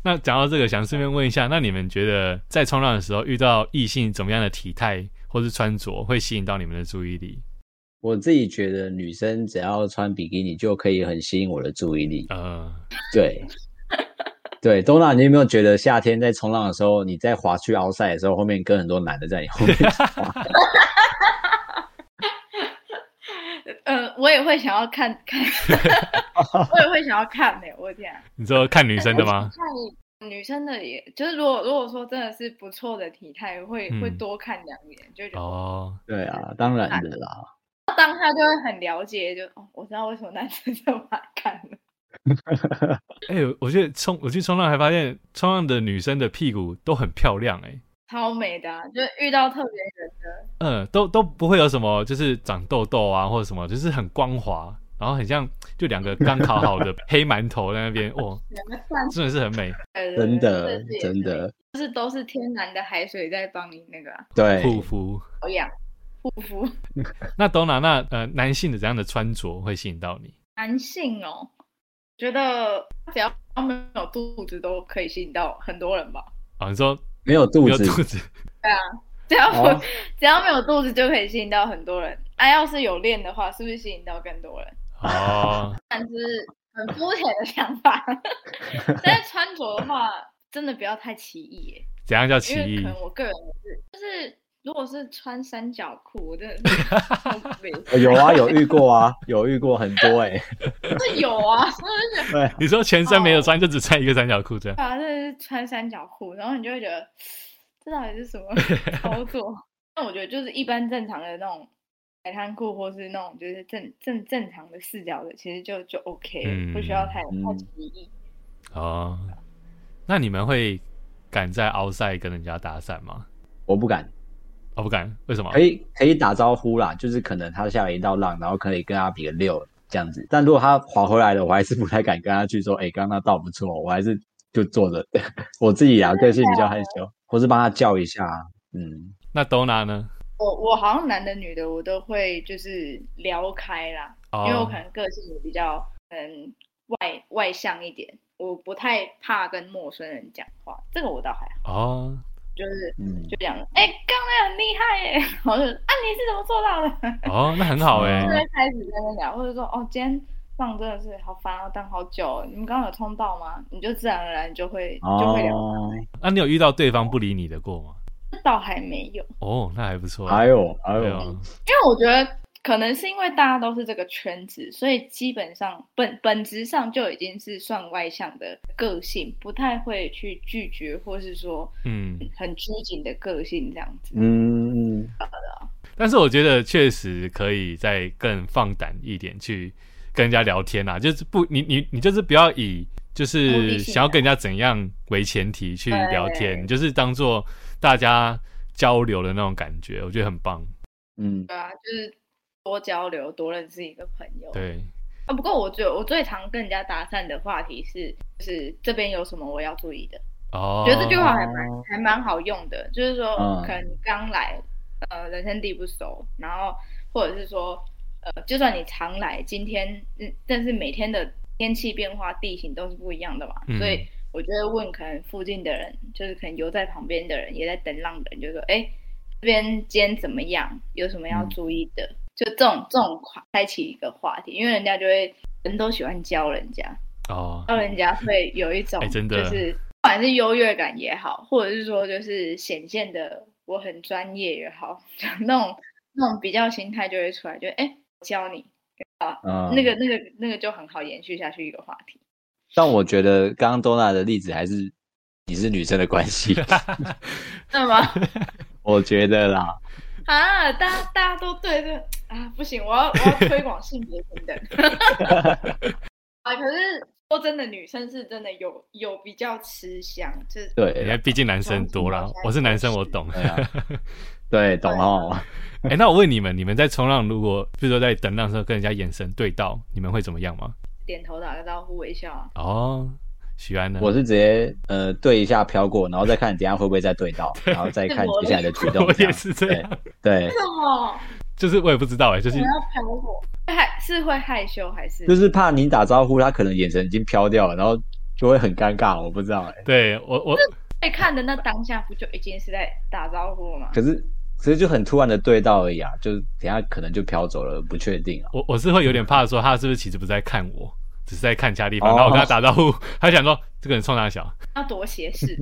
那讲到这个，想顺便问一下，那你们觉得在冲浪的时候遇到异性怎么样的体态或是穿着会吸引到你们的注意力？ 我自己觉得女生只要穿比基尼就可以很吸引我的注意力。 呃， 对，对，东娜，你有没有觉得夏天在冲浪的时候，你在滑去奥赛的时候，后面跟很多男的在你后面滑？ 呃，我也会想要看看，我也会想要看呢、欸。我的天、啊！ 你说看女生的吗？ 看女生的也，就是如果如果说真的是不错的体态，会、嗯、会多看两眼，就会觉得哦， 对啊，当然的啦。 当下就会很了解，就哦，我知道为什么男生这么爱看了。 哎、欸，我觉得冲我去冲浪还发现，冲浪的女生的屁股都很漂亮、欸，哎。 超美的、啊，就是遇到特别人的， 嗯，都都不会有什么，就是长痘痘啊，或者什么，就是很光滑，然后很像就两个刚烤好的黑馒头在那边，哦，真的是很美， 真的真的， 就是都是天然的海水在帮你那个、啊、 对护肤保养护肤。 那Donna，那呃男性的怎样的穿着会吸引到你？ 男性哦，觉得只要没有肚子都可以吸引到很多人吧。 啊，你说。 没有肚子， 没有肚子， 对啊，只要、哦、只要没有肚子就可以吸引到很多人。啊，要是有练的话，是不是吸引到更多人？ 哦， 但是很肤浅的想法。但是穿着的话，真的不要太奇异耶。 怎样叫奇异？ 因为可能我个人是，就是如果是穿三角裤，我真的是有啊，有遇过啊，有遇过很多哎、 欸。有啊， 对， 你说全身没有穿，就只穿一个三角裤这样？ 对啊，就是穿三角裤，然后你就会觉得这到底是什么操作？那我觉得就是一般正常的那种海滩裤，或是那种就是正正正常的四角的，其实就就 OK，、嗯、不需要太太奇异。 哦，那你们会敢在奥赛跟人家搭讪吗？ 我不敢。 哦，不敢，为什么？ 可以可以打招呼啦，就是可能他下了一道浪，然后可以跟他比个六这样子。但如果他滑回来了，我还是不太敢跟他去说，哎、欸，刚刚那道不错，我还是就坐着。我自己啊，个性比较害羞，或是帮他叫一下。嗯， 那 Donna 呢？ 我我好像男的女的我都会就是聊开啦，哦、因为我可能个性也比较嗯外外向一点，我不太怕跟陌生人讲话，这个我倒还好。 哦。 就是就这样，哎、欸，刚那很厉害耶！我就啊，你是怎么做到的？ 哦，那很好哎。 就会开始在那聊，或者说哦，今天浪真的是好烦哦，等好久。你们刚刚有冲到吗？你就自然而然就会、哦、就会聊。 那、啊、你有遇到对方不理你的过吗？ 倒还没有。 哦，那还不错。 哎呦哎呦，因为我觉得可能是因为大家都是这个圈子，所以基本上本本质上就已经是算外向的个性，不太会去拒绝，或是说嗯很拘谨的个性这样子。嗯嗯。 但是我觉得确实可以再更放胆一点去跟人家聊天啊，就是不你你你就是不要以就是想要跟人家怎样为前提去聊天，你就是当做大家交流的那种感觉，我觉得很棒。 嗯， 对啊，就是多交流，多认识一个朋友。 对啊，不过我最我最常跟人家搭讪的话题是，就是这边有什么我要注意的。哦，觉得这句话还蛮还蛮好用的，就是说、嗯、可能你刚来，呃，人生地不熟，然后或者是说，呃，就算你常来，今天嗯，但是每天的天气变化、地形都是不一样的嘛，嗯、所以我觉得问可能附近的人，就是可能游在旁边的人，也在等浪的人，就说，哎，这边今天怎么样？有什么要注意的？嗯，就这种这种开启一个话题，因为人家就会人都喜欢教人家哦，教人家会有一种就是不管是优越感也好，或者是说就是显现的我很专业也好，就那种那种比较心态就会出来，就哎教你啊、嗯，那个那个那个就很好延续下去一个话题。 但我觉得刚刚多娜的例子还是你是女生的关系， 真的吗？ 我觉得啦。 啊，大家大家都对这啊，不行，我要我要推广性别平等。啊，可是说真的，女生是真的有有比较吃香，就是对， 因为毕竟男生多啦，我是男生，我懂。 对, 啊、对，懂哦。 哎、欸，那我问你们，你们在冲浪，如果比如说在等浪的时候跟人家眼神对到，你们会怎么样吗？ 点头打个招呼，微笑啊。 哦。许安呢？ 我是直接呃对一下飘过，然后再看等一下会不会再对到，然后再看接下来的举动。 我也是这样。 对。 为什么？ 就是我也不知道哎、欸，就是。 我要飘过，害是会害羞还是？ 就是怕你打招呼，他可能眼神已经飘掉了，然后就会很尴尬，我不知道哎、欸。 对我我被看的那当下不就已经是在打招呼了吗？ 可是其实就很突然的对到而已啊，就等一下可能就飘走了，不确定啊。 我我是会有点怕说他是不是其实不是在看我，只是在看其他地方， 哦、 然后我跟他打招呼，他想说这个人冲他小， 要多斜视。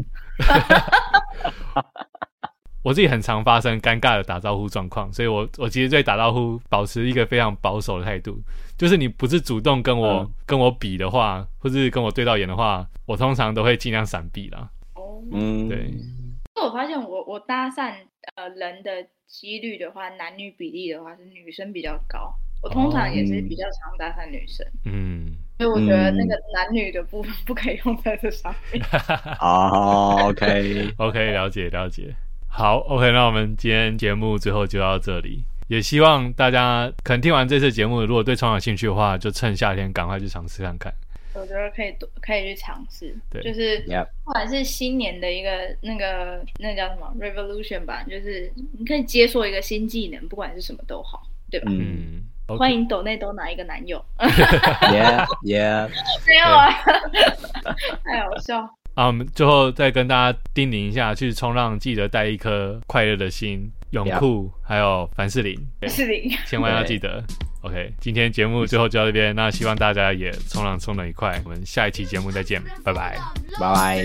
我自己很常发生尴尬的打招呼状况，所以我我其实对打招呼保持一个非常保守的态度，就是你不是主动跟我、嗯、跟我比的话，或是跟我对到眼的话，我通常都会尽量闪避啦。 哦， 嗯， 对。 我发现我我搭讪呃人的几率的话，男女比例的话是女生比较高，我通常也是比较常搭讪女生。 嗯， 所以我觉得那个男女的部分不可以用在这上面。 哦 ，OK OK， 了解了解。好 ，OK， 那我们今天节目最后就到这里。也希望大家可能听完这次节目，如果对冲浪有兴趣的话，就趁夏天赶快去尝试看看。 我觉得可以可以去尝试， 对， 就是不管是新年的一个那个那个叫什么 revolution 吧，就是你可以接受一个新技能，不管是什么都好，对吧？ 嗯， okay. 欢迎抖内都拿一个男友。 yeah yeah， 没有啊，太好笑。 啊，我们最后再跟大家叮咛一下，去冲浪记得带一颗快乐的心、泳裤， yeah. 还有凡士林。 凡士林， 千万要记得。OK， 今天节目最后就到这边，那希望大家也冲浪冲得愉快，我们下一期节目再见，拜拜， 拜拜。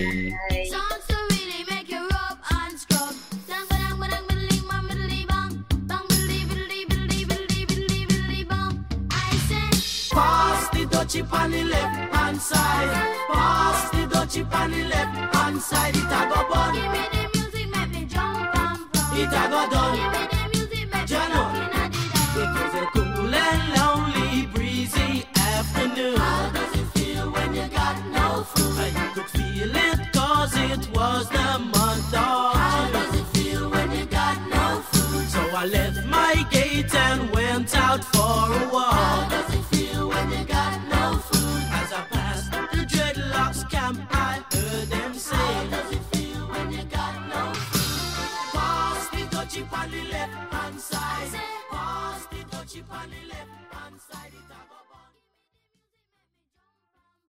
Chip on the left hand side, pass the dutchie on the left hand side. It a go bun. Give me the music, make me jump and run. It a go done. Give me the music, make me jump and it was a cool and lonely, breezy afternoon. How does it feel when you got no food? You could feel it 'cause it was the month of June. How does it feel when you got no food? So I left my gate and went out for a walk. How does it feel when you got no food? As I passed the dreadlocks camp, I heard